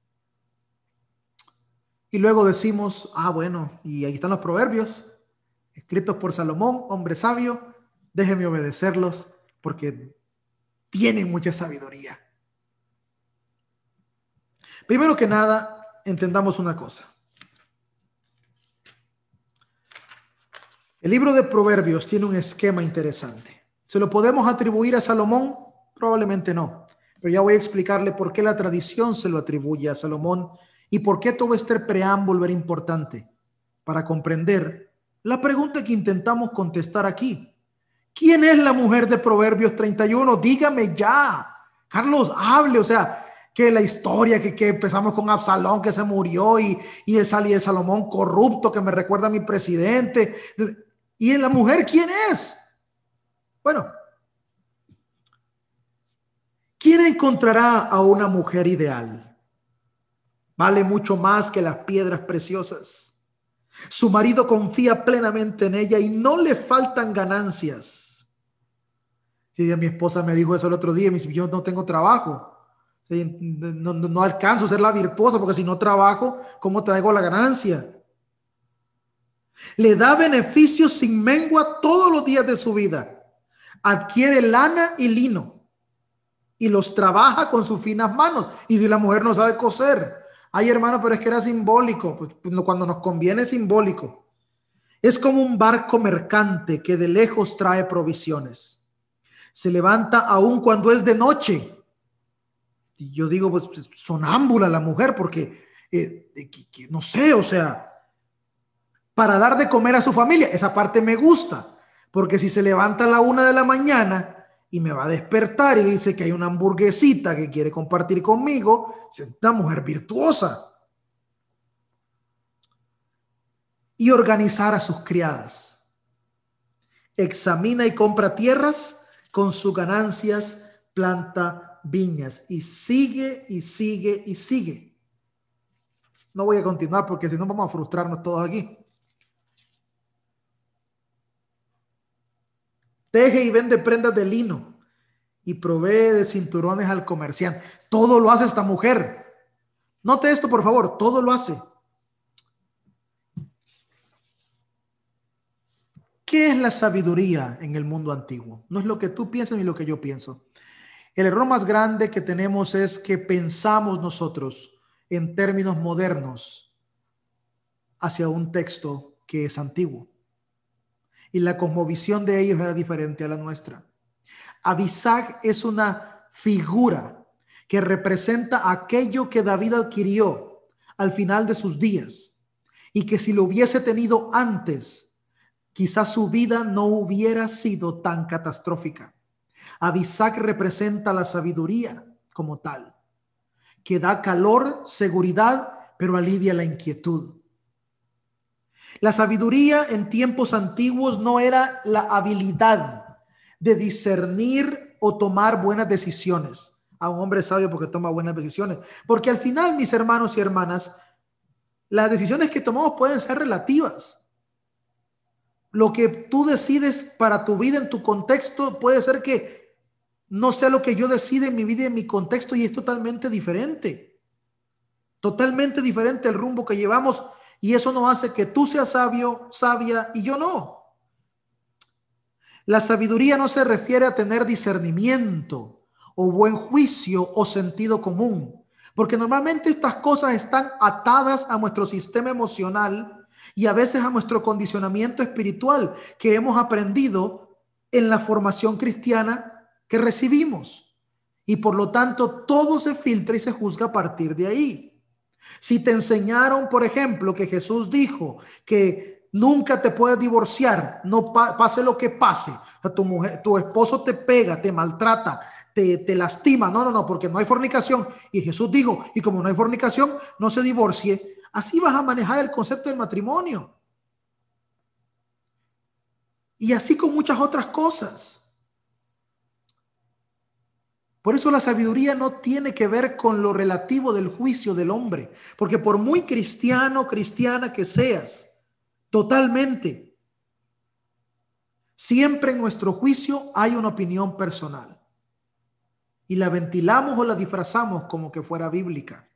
Y luego decimos, bueno, y ahí están los proverbios, escritos por Salomón, hombre sabio. Déjeme obedecerlos porque tienen mucha sabiduría. Primero que nada, entendamos una cosa. El libro de Proverbios tiene un esquema interesante. ¿Se lo podemos atribuir a Salomón? Probablemente no. Pero ya voy a explicarle por qué la tradición se lo atribuye a Salomón y por qué todo este preámbulo era importante para comprender la pregunta que intentamos contestar aquí. ¿Quién es la mujer de Proverbios 31? Dígame ya. Carlos, hable, o sea, que la historia, que empezamos con Absalón que se murió y el Salomón corrupto que me recuerda a mi presidente. ¿Y en la mujer quién es? Bueno, ¿quién encontrará a una mujer ideal? Vale mucho más que las piedras preciosas. Su marido confía plenamente en ella y no le faltan ganancias. Sí, mi esposa me dijo eso el otro día, me dice, yo no tengo trabajo. Sí, no alcanzo a ser la virtuosa porque si no trabajo, ¿cómo traigo la ganancia? Le da beneficios sin mengua todos los días de su vida. Adquiere lana y lino y los trabaja con sus finas manos. Y si la mujer no sabe coser, ay hermano, pero es que era simbólico. Pues, cuando nos conviene es simbólico. Es como un barco mercante que de lejos trae provisiones. Se levanta aún cuando es de noche. Y yo digo, pues sonámbula la mujer porque no sé, o sea, para dar de comer a su familia. Esa parte me gusta, porque si se levanta a la 1 de la mañana y me va a despertar y dice que hay una hamburguesita que quiere compartir conmigo, es una mujer virtuosa. Y organizar a sus criadas. Examina y compra tierras, con sus ganancias planta viñas. Y sigue y sigue y sigue. No voy a continuar porque si no vamos a frustrarnos todos aquí. Teje y vende prendas de lino y provee de cinturones al comerciante. Todo lo hace esta mujer. Note esto, por favor, todo lo hace. ¿Qué es la sabiduría en el mundo antiguo? No es lo que tú piensas ni lo que yo pienso. El error más grande que tenemos es que pensamos nosotros en términos modernos hacia un texto que es antiguo. Y la cosmovisión de ellos era diferente a la nuestra. Abisag es una figura que representa aquello que David adquirió al final de sus días y que si lo hubiese tenido antes, quizás su vida no hubiera sido tan catastrófica. Abisag representa la sabiduría como tal, que da calor, seguridad, pero alivia la inquietud. La sabiduría en tiempos antiguos no era la habilidad de discernir o tomar buenas decisiones. A un hombre sabio porque toma buenas decisiones. Porque al final, mis hermanos y hermanas, las decisiones que tomamos pueden ser relativas. Lo que tú decides para tu vida en tu contexto puede ser que no sea lo que yo decida en mi vida y en mi contexto y es totalmente diferente. Totalmente diferente el rumbo que llevamos y eso no hace que tú seas sabio, sabia y yo no. La sabiduría no se refiere a tener discernimiento o buen juicio o sentido común, porque normalmente estas cosas están atadas a nuestro sistema emocional y a veces a nuestro condicionamiento espiritual que hemos aprendido en la formación cristiana que recibimos. Y por lo tanto, todo se filtra y se juzga a partir de ahí. Si te enseñaron, por ejemplo, que Jesús dijo que nunca te puedes divorciar, no pase lo que pase, o sea, tu esposo te pega, te maltrata, te lastima, no, porque no hay fornicación. Y Jesús dijo, y como no hay fornicación, no se divorcie. Así vas a manejar el concepto del matrimonio. Y así con muchas otras cosas. Por eso la sabiduría no tiene que ver con lo relativo del juicio del hombre, porque por muy cristiano o cristiana que seas, totalmente, siempre en nuestro juicio hay una opinión personal y la ventilamos o la disfrazamos como que fuera bíblica.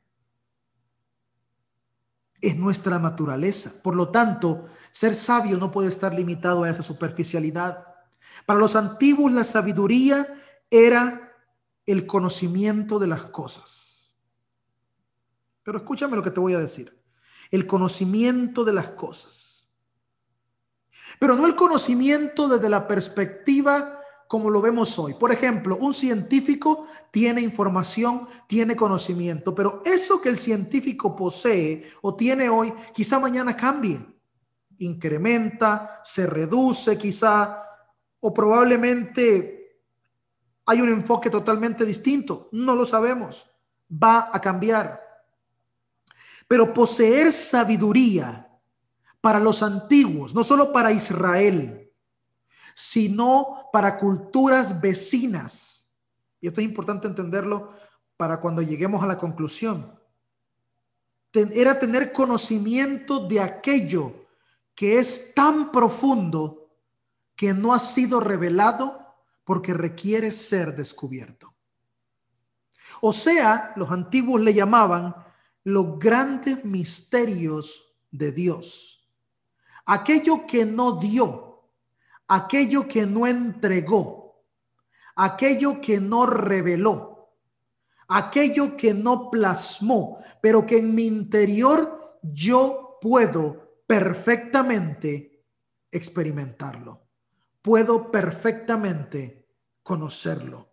Es nuestra naturaleza. Por lo tanto, ser sabio no puede estar limitado a esa superficialidad. Para los antiguos la sabiduría era el conocimiento de las cosas. Pero escúchame lo que te voy a decir. El conocimiento de las cosas. Pero no el conocimiento desde la perspectiva como lo vemos hoy. Por ejemplo, un científico tiene información, tiene conocimiento, pero eso que el científico posee o tiene hoy, quizá mañana cambie, incrementa, se reduce quizá, o probablemente hay un enfoque totalmente distinto. No lo sabemos. Va a cambiar. Pero poseer sabiduría para los antiguos, no solo para Israel, sino para culturas vecinas. Y esto es importante entenderlo para cuando lleguemos a la conclusión. Era tener conocimiento de aquello que es tan profundo que no ha sido revelado porque requiere ser descubierto. O sea, los antiguos le llamaban los grandes misterios de Dios. Aquello que no dio, aquello que no entregó, aquello que no reveló, aquello que no plasmó, pero que en mi interior yo puedo perfectamente experimentarlo. Puedo perfectamente conocerlo.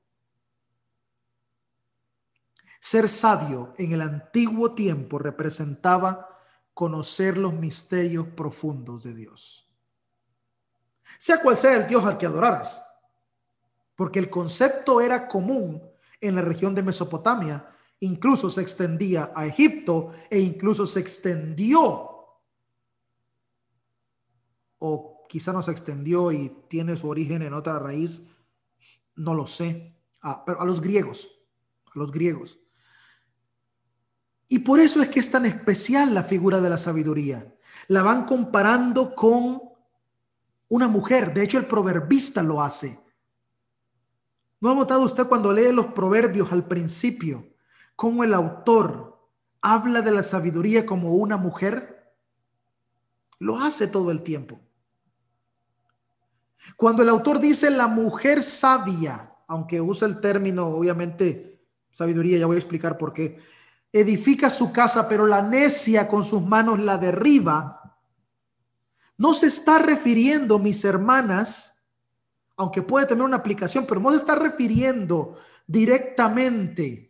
Ser sabio en el antiguo tiempo representaba conocer los misterios profundos de Dios. Sea cual sea el Dios al que adoraras, porque el concepto era común en la región de Mesopotamia, incluso se extendía a Egipto e incluso se extendió, o quizá no se extendió y tiene su origen en otra raíz, no lo sé, pero a los griegos, Y por eso es que es tan especial la figura de la sabiduría. La van comparando con una mujer. De hecho, el proverbista lo hace. ¿No ha notado usted cuando lee los proverbios al principio cómo el autor habla de la sabiduría como una mujer? Lo hace todo el tiempo. Cuando el autor dice la mujer sabia, aunque usa el término, obviamente, sabiduría, ya voy a explicar por qué, edifica su casa, pero la necia con sus manos la derriba, no se está refiriendo, mis hermanas, aunque puede tener una aplicación, pero no se está refiriendo directamente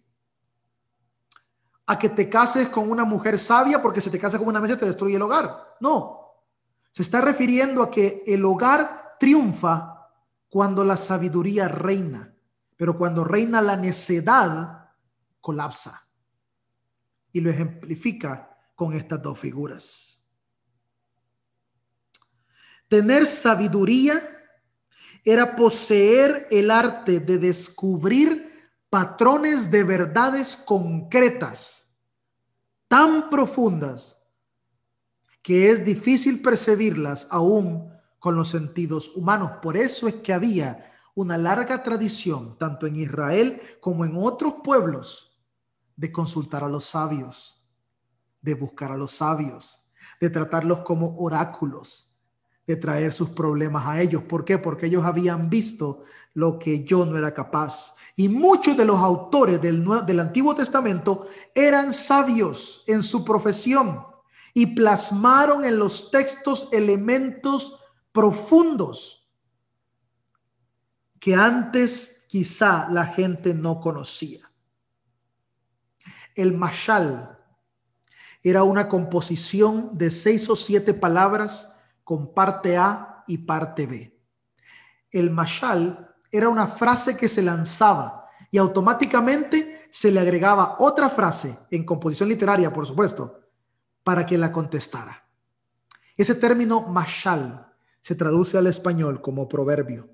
a que te cases con una mujer sabia, porque si te casas con una necia te destruye el hogar. No, se está refiriendo a que el hogar triunfa cuando la sabiduría reina, pero cuando reina la necedad, colapsa. Y lo ejemplifica con estas dos figuras. Tener sabiduría era poseer el arte de descubrir patrones de verdades concretas, tan profundas, que es difícil percibirlas aún con los sentidos humanos. Por eso es que había una larga tradición, tanto en Israel como en otros pueblos, de consultar a los sabios, de buscar a los sabios, de tratarlos como oráculos, de traer sus problemas a ellos. ¿Por qué? Porque ellos habían visto lo que yo no era capaz. Y muchos de los autores del Antiguo Testamento eran sabios en su profesión y plasmaron en los textos elementos profundos que antes quizá la gente no conocía. El mashal era una composición de 6 o 7 palabras con parte A y parte B. El mashal era una frase que se lanzaba y automáticamente se le agregaba otra frase en composición literaria, por supuesto, para que la contestara. Ese término mashal se traduce al español como proverbio.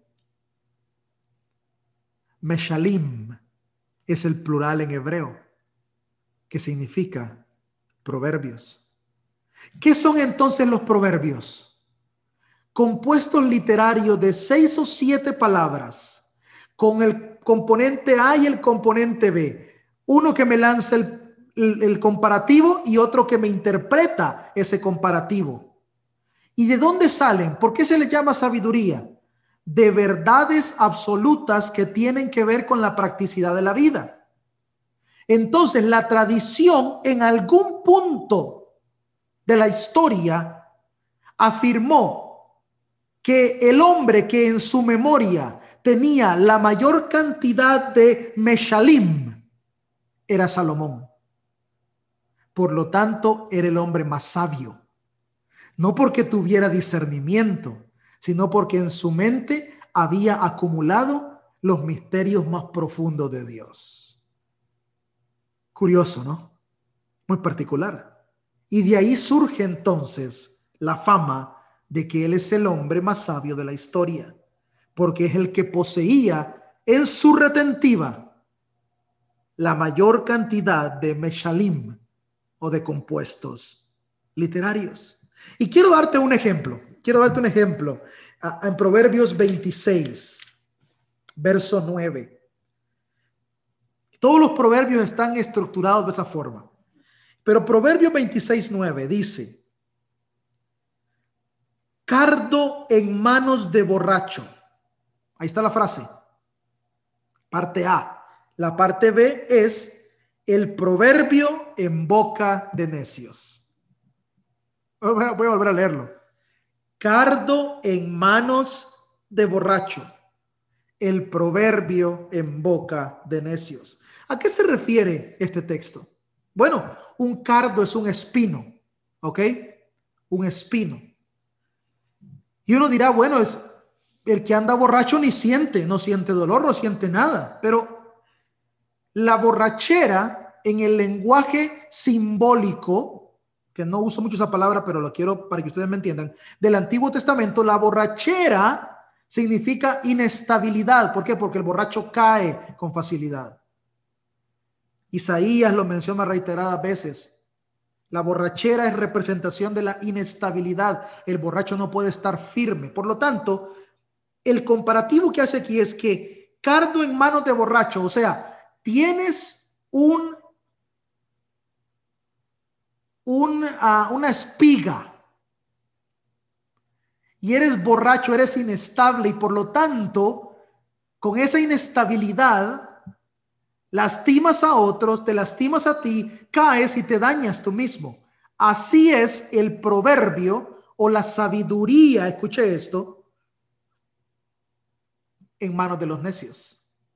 Meshalim es el plural en hebreo, que significa proverbios. ¿Qué son entonces los proverbios? Compuestos literarios de 6 o 7 palabras, con el componente A y el componente B. Uno que me lanza el comparativo y otro que me interpreta ese comparativo. ¿Y de dónde salen? ¿Por qué se les llama sabiduría? de verdades absolutas que tienen que ver con la practicidad de la vida. Entonces, la tradición en algún punto de la historia afirmó que el hombre que en su memoria tenía la mayor cantidad de Meshalim era Salomón. Por lo tanto, era el hombre más sabio. No porque tuviera discernimiento, sino porque en su mente había acumulado los misterios más profundos de Dios. Curioso, ¿no? Muy particular. Y de ahí surge entonces la fama de que él es el hombre más sabio de la historia, porque es el que poseía en su retentiva la mayor cantidad de meshalim o de compuestos literarios. Y quiero darte un ejemplo. En Proverbios 26, verso 9. Todos los proverbios están estructurados de esa forma. Pero Proverbios 26, 9 dice: cardo en manos de borracho. Ahí está la frase. Parte A. La parte B es el proverbio en boca de necios. Voy a volver a leerlo. Cardo en manos de borracho, el proverbio en boca de necios. ¿A qué se refiere este texto? Bueno, un cardo es un espino, ¿ok? Un espino. Y uno dirá, bueno, es el que anda borracho no siente dolor, no siente nada. Pero la borrachera en el lenguaje simbólico, que no uso mucho esa palabra, pero lo quiero para que ustedes me entiendan, del Antiguo Testamento, la borrachera significa inestabilidad. ¿Por qué? Porque el borracho cae con facilidad. Isaías lo menciona reiteradas veces. La borrachera es representación de la inestabilidad. El borracho no puede estar firme. Por lo tanto, el comparativo que hace aquí es que cardo en manos de borracho, o sea, tienes una espiga y eres borracho, eres inestable y por lo tanto, con esa inestabilidad, lastimas a otros, te lastimas a ti, caes y te dañas tú mismo. Así es el proverbio o la sabiduría, escuche esto, en manos de los necios.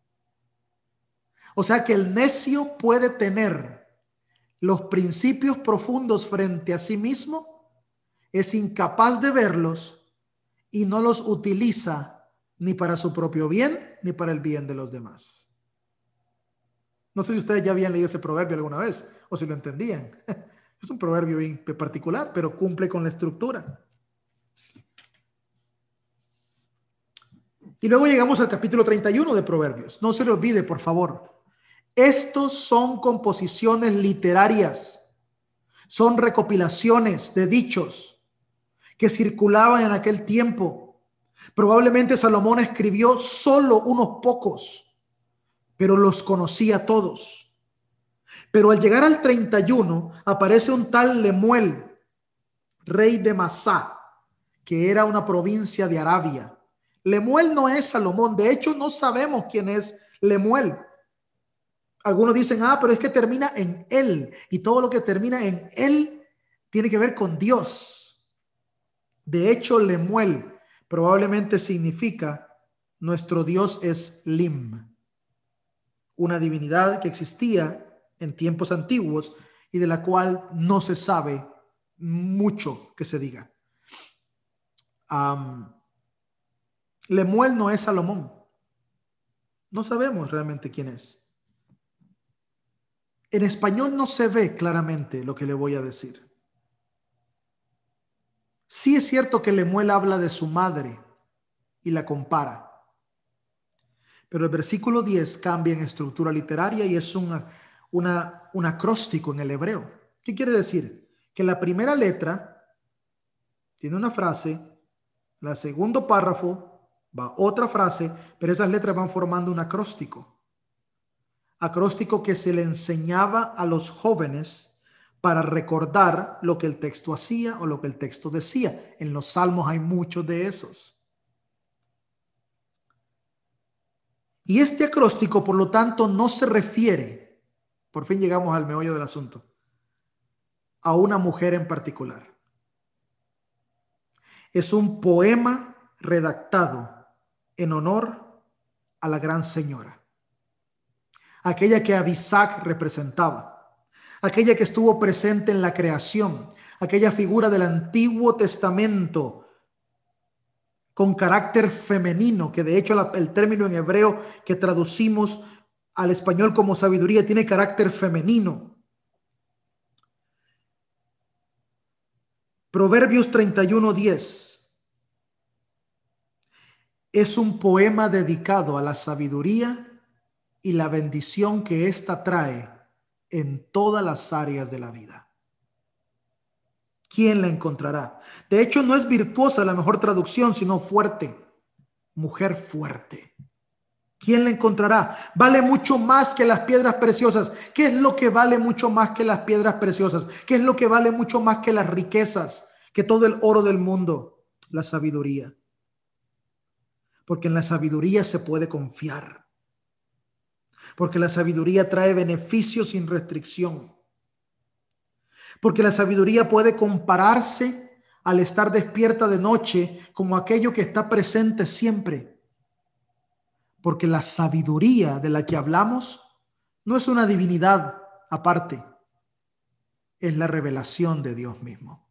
O sea que el necio puede tener los principios profundos frente a sí mismo, es incapaz de verlos y no los utiliza ni para su propio bien ni para el bien de los demás. No sé si ustedes ya habían leído ese proverbio alguna vez o si lo entendían. Es un proverbio bien particular, pero cumple con la estructura. Y luego llegamos al capítulo 31 de Proverbios. No se le olvide, por favor. Estos son composiciones literarias. Son recopilaciones de dichos que circulaban en aquel tiempo. Probablemente Salomón escribió solo unos pocos, pero los conocía todos. Pero al llegar al 31 aparece un tal Lemuel, rey de Masá, que era una provincia de Arabia. Lemuel no es Salomón. De hecho, no sabemos quién es Lemuel. Algunos dicen, pero es que termina en él. Y todo lo que termina en él tiene que ver con Dios. De hecho, Lemuel probablemente significa nuestro Dios es Lim, una divinidad que existía en tiempos antiguos y de la cual no se sabe mucho que se diga. Lemuel no es Salomón. No sabemos realmente quién es. En español no se ve claramente lo que le voy a decir. Sí es cierto que Lemuel habla de su madre y la compara. Pero el versículo 10 cambia en estructura literaria y es un acróstico en el hebreo. ¿Qué quiere decir? Que la primera letra tiene una frase, el segundo párrafo va otra frase, pero esas letras van formando un acróstico. Acróstico que se le enseñaba a los jóvenes para recordar lo que el texto hacía o lo que el texto decía. En los salmos hay muchos de esos. Y este acróstico, por lo tanto, no se refiere, por fin llegamos al meollo del asunto, a una mujer en particular. Es un poema redactado en honor a la gran señora, aquella que Abisac representaba, aquella que estuvo presente en la creación, aquella figura del Antiguo Testamento con carácter femenino, que de hecho el término en hebreo que traducimos al español como sabiduría tiene carácter femenino. Proverbios 31:10 es un poema dedicado a la sabiduría y la bendición que ésta trae en todas las áreas de la vida. ¿Quién la encontrará? De hecho, no es virtuosa la mejor traducción, sino fuerte. Mujer fuerte. ¿Quién la encontrará? Vale mucho más que las piedras preciosas. ¿Qué es lo que vale mucho más que las piedras preciosas? ¿Qué es lo que vale mucho más que las riquezas? Que todo el oro del mundo. La sabiduría. Porque en la sabiduría se puede confiar. Porque la sabiduría trae beneficios sin restricción. Porque la sabiduría puede compararse al estar despierta de noche como aquello que está presente siempre. Porque la sabiduría de la que hablamos no es una divinidad aparte, es la revelación de Dios mismo.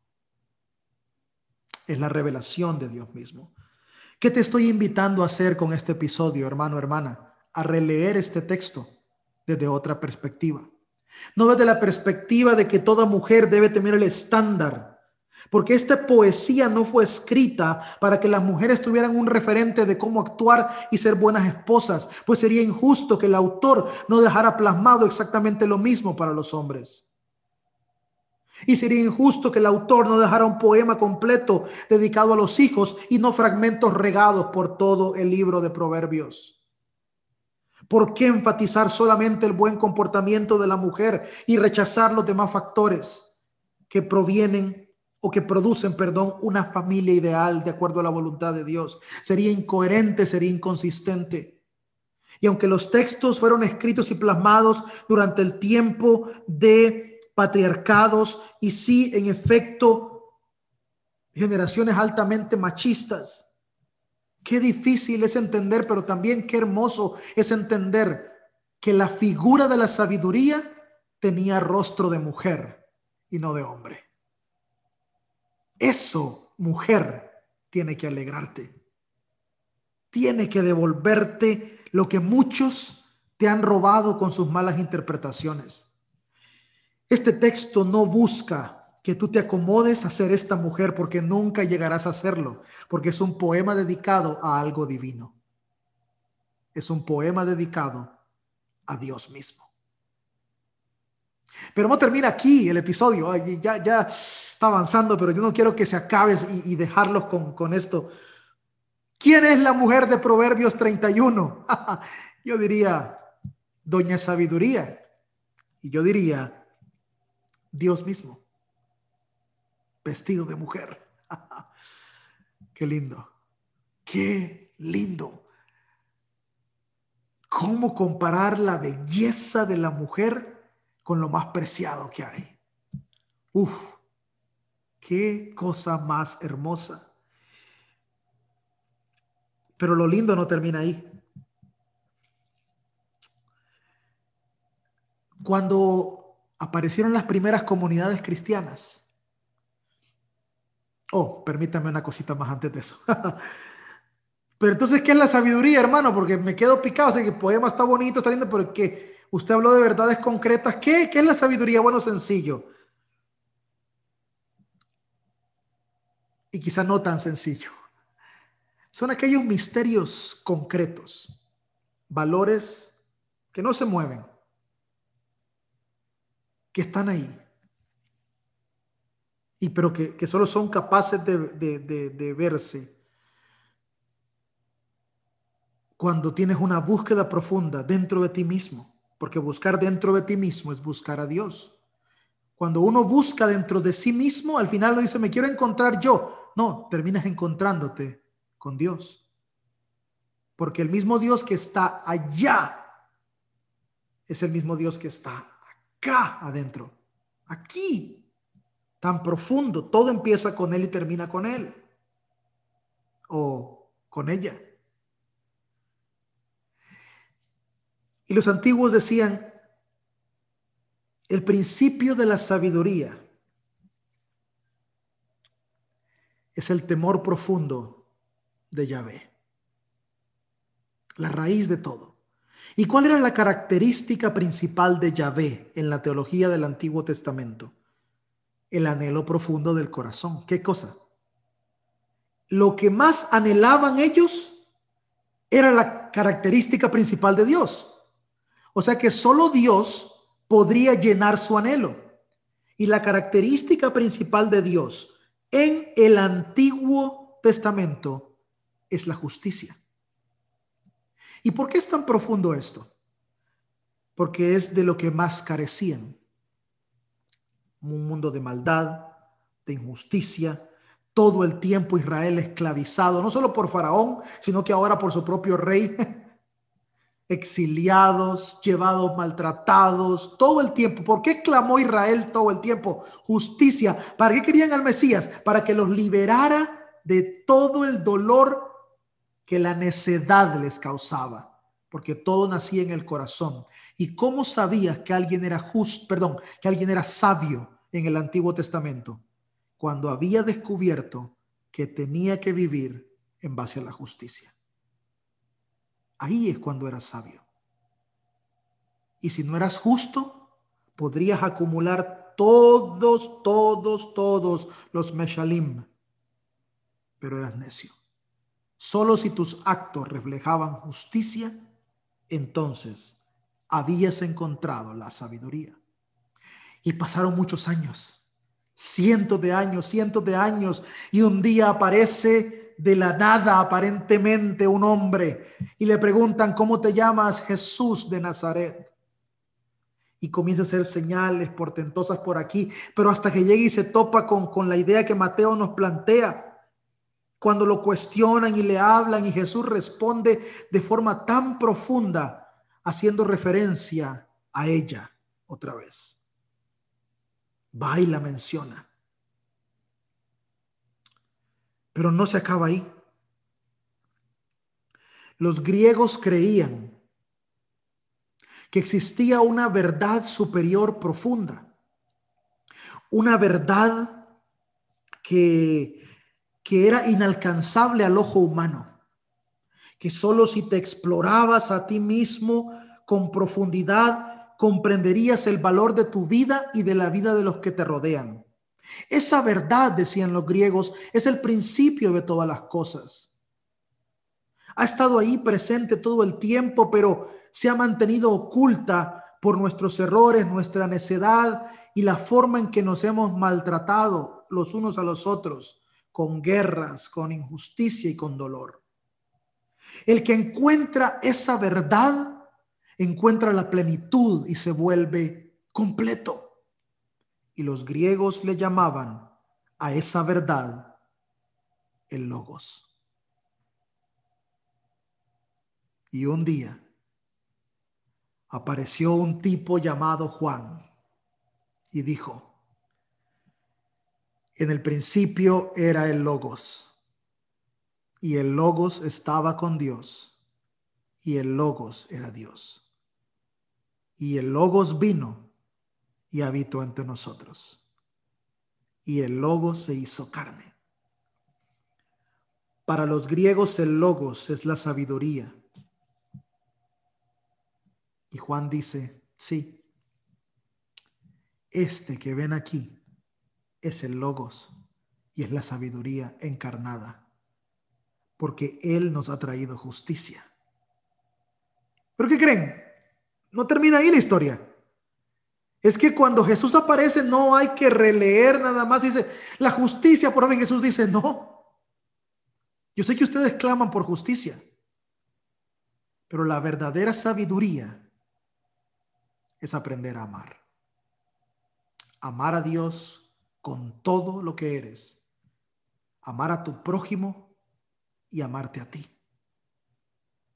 Es la revelación de Dios mismo. ¿Qué te estoy invitando a hacer con este episodio, hermano, hermana? A releer este texto desde otra perspectiva. No desde la perspectiva de que toda mujer debe tener el estándar, porque esta poesía no fue escrita para que las mujeres tuvieran un referente de cómo actuar y ser buenas esposas, pues sería injusto que el autor no dejara plasmado exactamente lo mismo para los hombres. Y sería injusto que el autor no dejara un poema completo dedicado a los hijos y no fragmentos regados por todo el libro de Proverbios. ¿Por qué enfatizar solamente el buen comportamiento de la mujer y rechazar los demás factores que provienen o que producen, una familia ideal de acuerdo a la voluntad de Dios? Sería incoherente, sería inconsistente. Y aunque los textos fueron escritos y plasmados durante el tiempo de patriarcados y sí, en efecto, generaciones altamente machistas, qué difícil es entender, pero también qué hermoso es entender que la figura de la sabiduría tenía rostro de mujer y no de hombre. Eso, mujer, tiene que alegrarte. Tiene que devolverte lo que muchos te han robado con sus malas interpretaciones. Este texto no busca que tú te acomodes a ser esta mujer, porque nunca llegarás a hacerlo, porque es un poema dedicado a algo divino. Es un poema dedicado a Dios mismo. Pero no termina aquí el episodio. Ay, ya está avanzando, pero yo no quiero que se acabe y dejarlos con esto. ¿Quién es la mujer de Proverbios 31? Yo diría Doña Sabiduría. Y yo diría Dios mismo, vestido de mujer. Qué lindo. Qué lindo. ¿Cómo comparar la belleza de la mujer con lo más preciado que hay? Uf, qué cosa más hermosa. Pero lo lindo no termina ahí. Cuando aparecieron las primeras comunidades cristianas. Oh, permítame una cosita más antes de eso. Pero entonces, ¿qué es la sabiduría, hermano? Porque me quedo picado. Sé que el poema está bonito, está lindo, pero que usted habló de verdades concretas. ¿Qué es la sabiduría? Bueno, sencillo. Y quizá no tan sencillo. Son aquellos misterios concretos, valores que no se mueven, que están ahí, y pero que solo son capaces de verse cuando tienes una búsqueda profunda dentro de ti mismo, porque buscar dentro de ti mismo es buscar a Dios. Cuando uno busca dentro de sí mismo, al final lo dice, me quiero encontrar yo. No, terminas encontrándote con Dios. porque el mismo Dios que está allá es el mismo Dios que está acá adentro, aquí, tan profundo. Todo empieza con Él y termina con Él o con ella. Y los antiguos decían, el principio de la sabiduría es el temor profundo de Yahvé, la raíz de todo. ¿Y cuál era la característica principal de Yahvé en la teología del Antiguo Testamento? El anhelo profundo del corazón. ¿Qué cosa? Lo que más anhelaban ellos era la característica principal de Dios. O sea que solo Dios podría llenar su anhelo. Y la característica principal de Dios en el Antiguo Testamento es la justicia. ¿Y por qué es tan profundo esto? Porque es de lo que más carecían. Un mundo de maldad, de injusticia, todo el tiempo Israel esclavizado, no solo por Faraón, sino que ahora por su propio rey, exiliados, llevados, maltratados, todo el tiempo. ¿Por qué clamó Israel todo el tiempo? Justicia. ¿Para qué querían al Mesías? Para que los liberara de todo el dolor que la necedad les causaba, porque todo nacía en el corazón. ¿Y cómo sabías que alguien era justo, que alguien era sabio en el Antiguo Testamento? Cuando había descubierto que tenía que vivir en base a la justicia. Ahí es cuando eras sabio. Y si no eras justo, podrías acumular todos los meshalim, pero eras necio. Solo si tus actos reflejaban justicia, entonces habías encontrado la sabiduría. Y pasaron muchos años, cientos de años, y un día aparece de la nada aparentemente un hombre y le preguntan, ¿cómo te llamas? Jesús de Nazaret. Y comienza a hacer señales portentosas por aquí, pero hasta que llega y se topa con la idea que Mateo nos plantea. Cuando lo cuestionan y le hablan y Jesús responde de forma tan profunda, haciendo referencia a ella otra vez. Va y la menciona. Pero no se acaba ahí. Los griegos creían que existía una verdad superior profunda, una verdad que era inalcanzable al ojo humano, que solo si te explorabas a ti mismo con profundidad comprenderías el valor de tu vida y de la vida de los que te rodean. Esa verdad, decían los griegos, es el principio de todas las cosas. Ha estado ahí presente todo el tiempo, pero se ha mantenido oculta por nuestros errores, nuestra necedad y la forma en que nos hemos maltratado los unos a los otros, con guerras, con injusticia y con dolor. El que encuentra esa verdad, encuentra la plenitud y se vuelve completo. Y los griegos le llamaban a esa verdad el logos. Y un día apareció un tipo llamado Juan y dijo, en el principio era el logos, y el logos estaba con Dios, y el logos era Dios. Y el logos vino y habitó entre nosotros. Y el logos se hizo carne. Para los griegos el logos es la sabiduría. Y Juan dice, sí, este que ven aquí es el logos y es la sabiduría encarnada, porque Él nos ha traído justicia. ¿Pero qué creen? No termina ahí la historia. Es que cuando Jesús aparece no hay que releer nada más. Dice, la justicia, por ejemplo, Jesús dice, no. Yo sé que ustedes claman por justicia, pero la verdadera sabiduría es aprender a amar. Amar a Dios con todo lo que eres. Amar a tu prójimo y amarte a ti.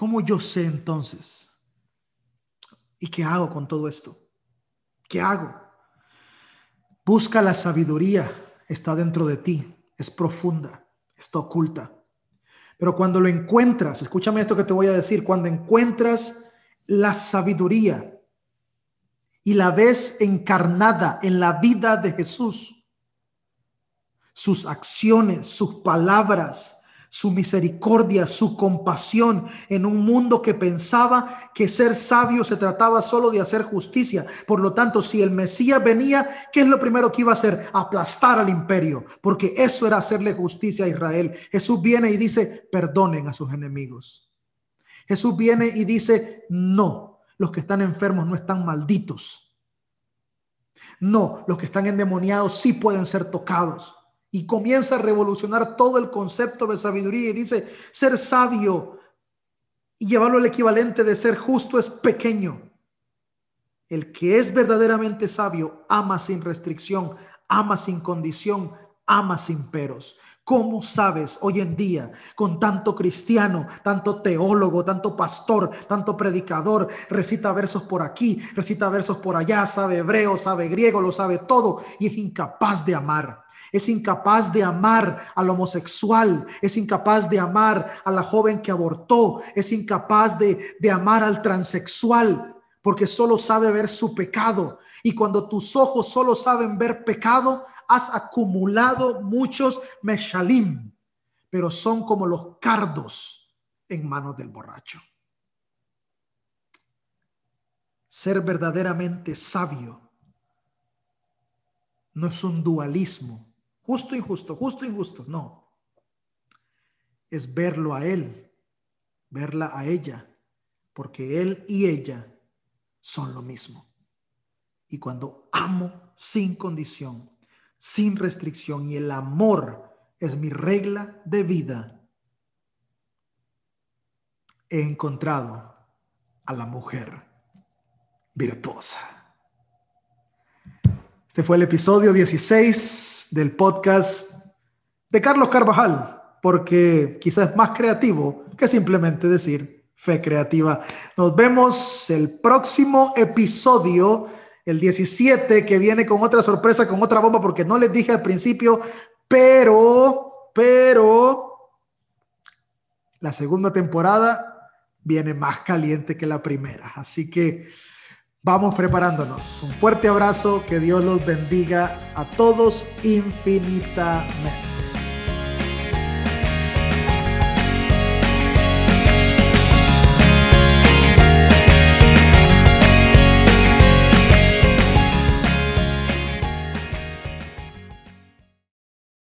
¿Cómo yo sé entonces? ¿Y qué hago con todo esto? ¿Qué hago? Busca la sabiduría, está dentro de ti, es profunda, está oculta. Pero cuando lo encuentras, escúchame esto que te voy a decir, cuando encuentras la sabiduría y la ves encarnada en la vida de Jesús, sus acciones, sus palabras, su misericordia, su compasión en un mundo que pensaba que ser sabio se trataba solo de hacer justicia. Por lo tanto, si el Mesías venía, ¿qué es lo primero que iba a hacer? Aplastar al imperio, porque eso era hacerle justicia a Israel. Jesús viene y dice, perdonen a sus enemigos. Jesús viene y dice, no, los que están enfermos no están malditos. No, los que están endemoniados sí pueden ser tocados. Y comienza a revolucionar todo el concepto de sabiduría y dice, ser sabio y llevarlo al equivalente de ser justo es pequeño. El que es verdaderamente sabio ama sin restricción, ama sin condición, ama sin peros. ¿Cómo sabes hoy en día, con tanto cristiano, tanto teólogo, tanto pastor, tanto predicador, recita versos por aquí, recita versos por allá, sabe hebreo, sabe griego, lo sabe todo y es incapaz de amar? Es incapaz de amar al homosexual, es incapaz de amar a la joven que abortó, es incapaz de amar al transexual, porque solo sabe ver su pecado. Y cuando tus ojos solo saben ver pecado, has acumulado muchos meshalim, pero son como los cardos en manos del borracho. Ser verdaderamente sabio no es un dualismo, justo, injusto, no. Es verlo a él, verla a ella, porque él y ella son lo mismo. Y cuando amo sin condición, sin restricción, y el amor es mi regla de vida, he encontrado a la mujer virtuosa. Este fue el episodio 16 del podcast de Carlos Carvajal, porque quizás es más creativo que simplemente decir fe creativa. Nos vemos el próximo episodio, el 17, que viene con otra sorpresa, con otra bomba, porque no les dije al principio, pero la segunda temporada viene más caliente que la primera. Así que vamos preparándonos. Un fuerte abrazo, que Dios los bendiga a todos infinitamente.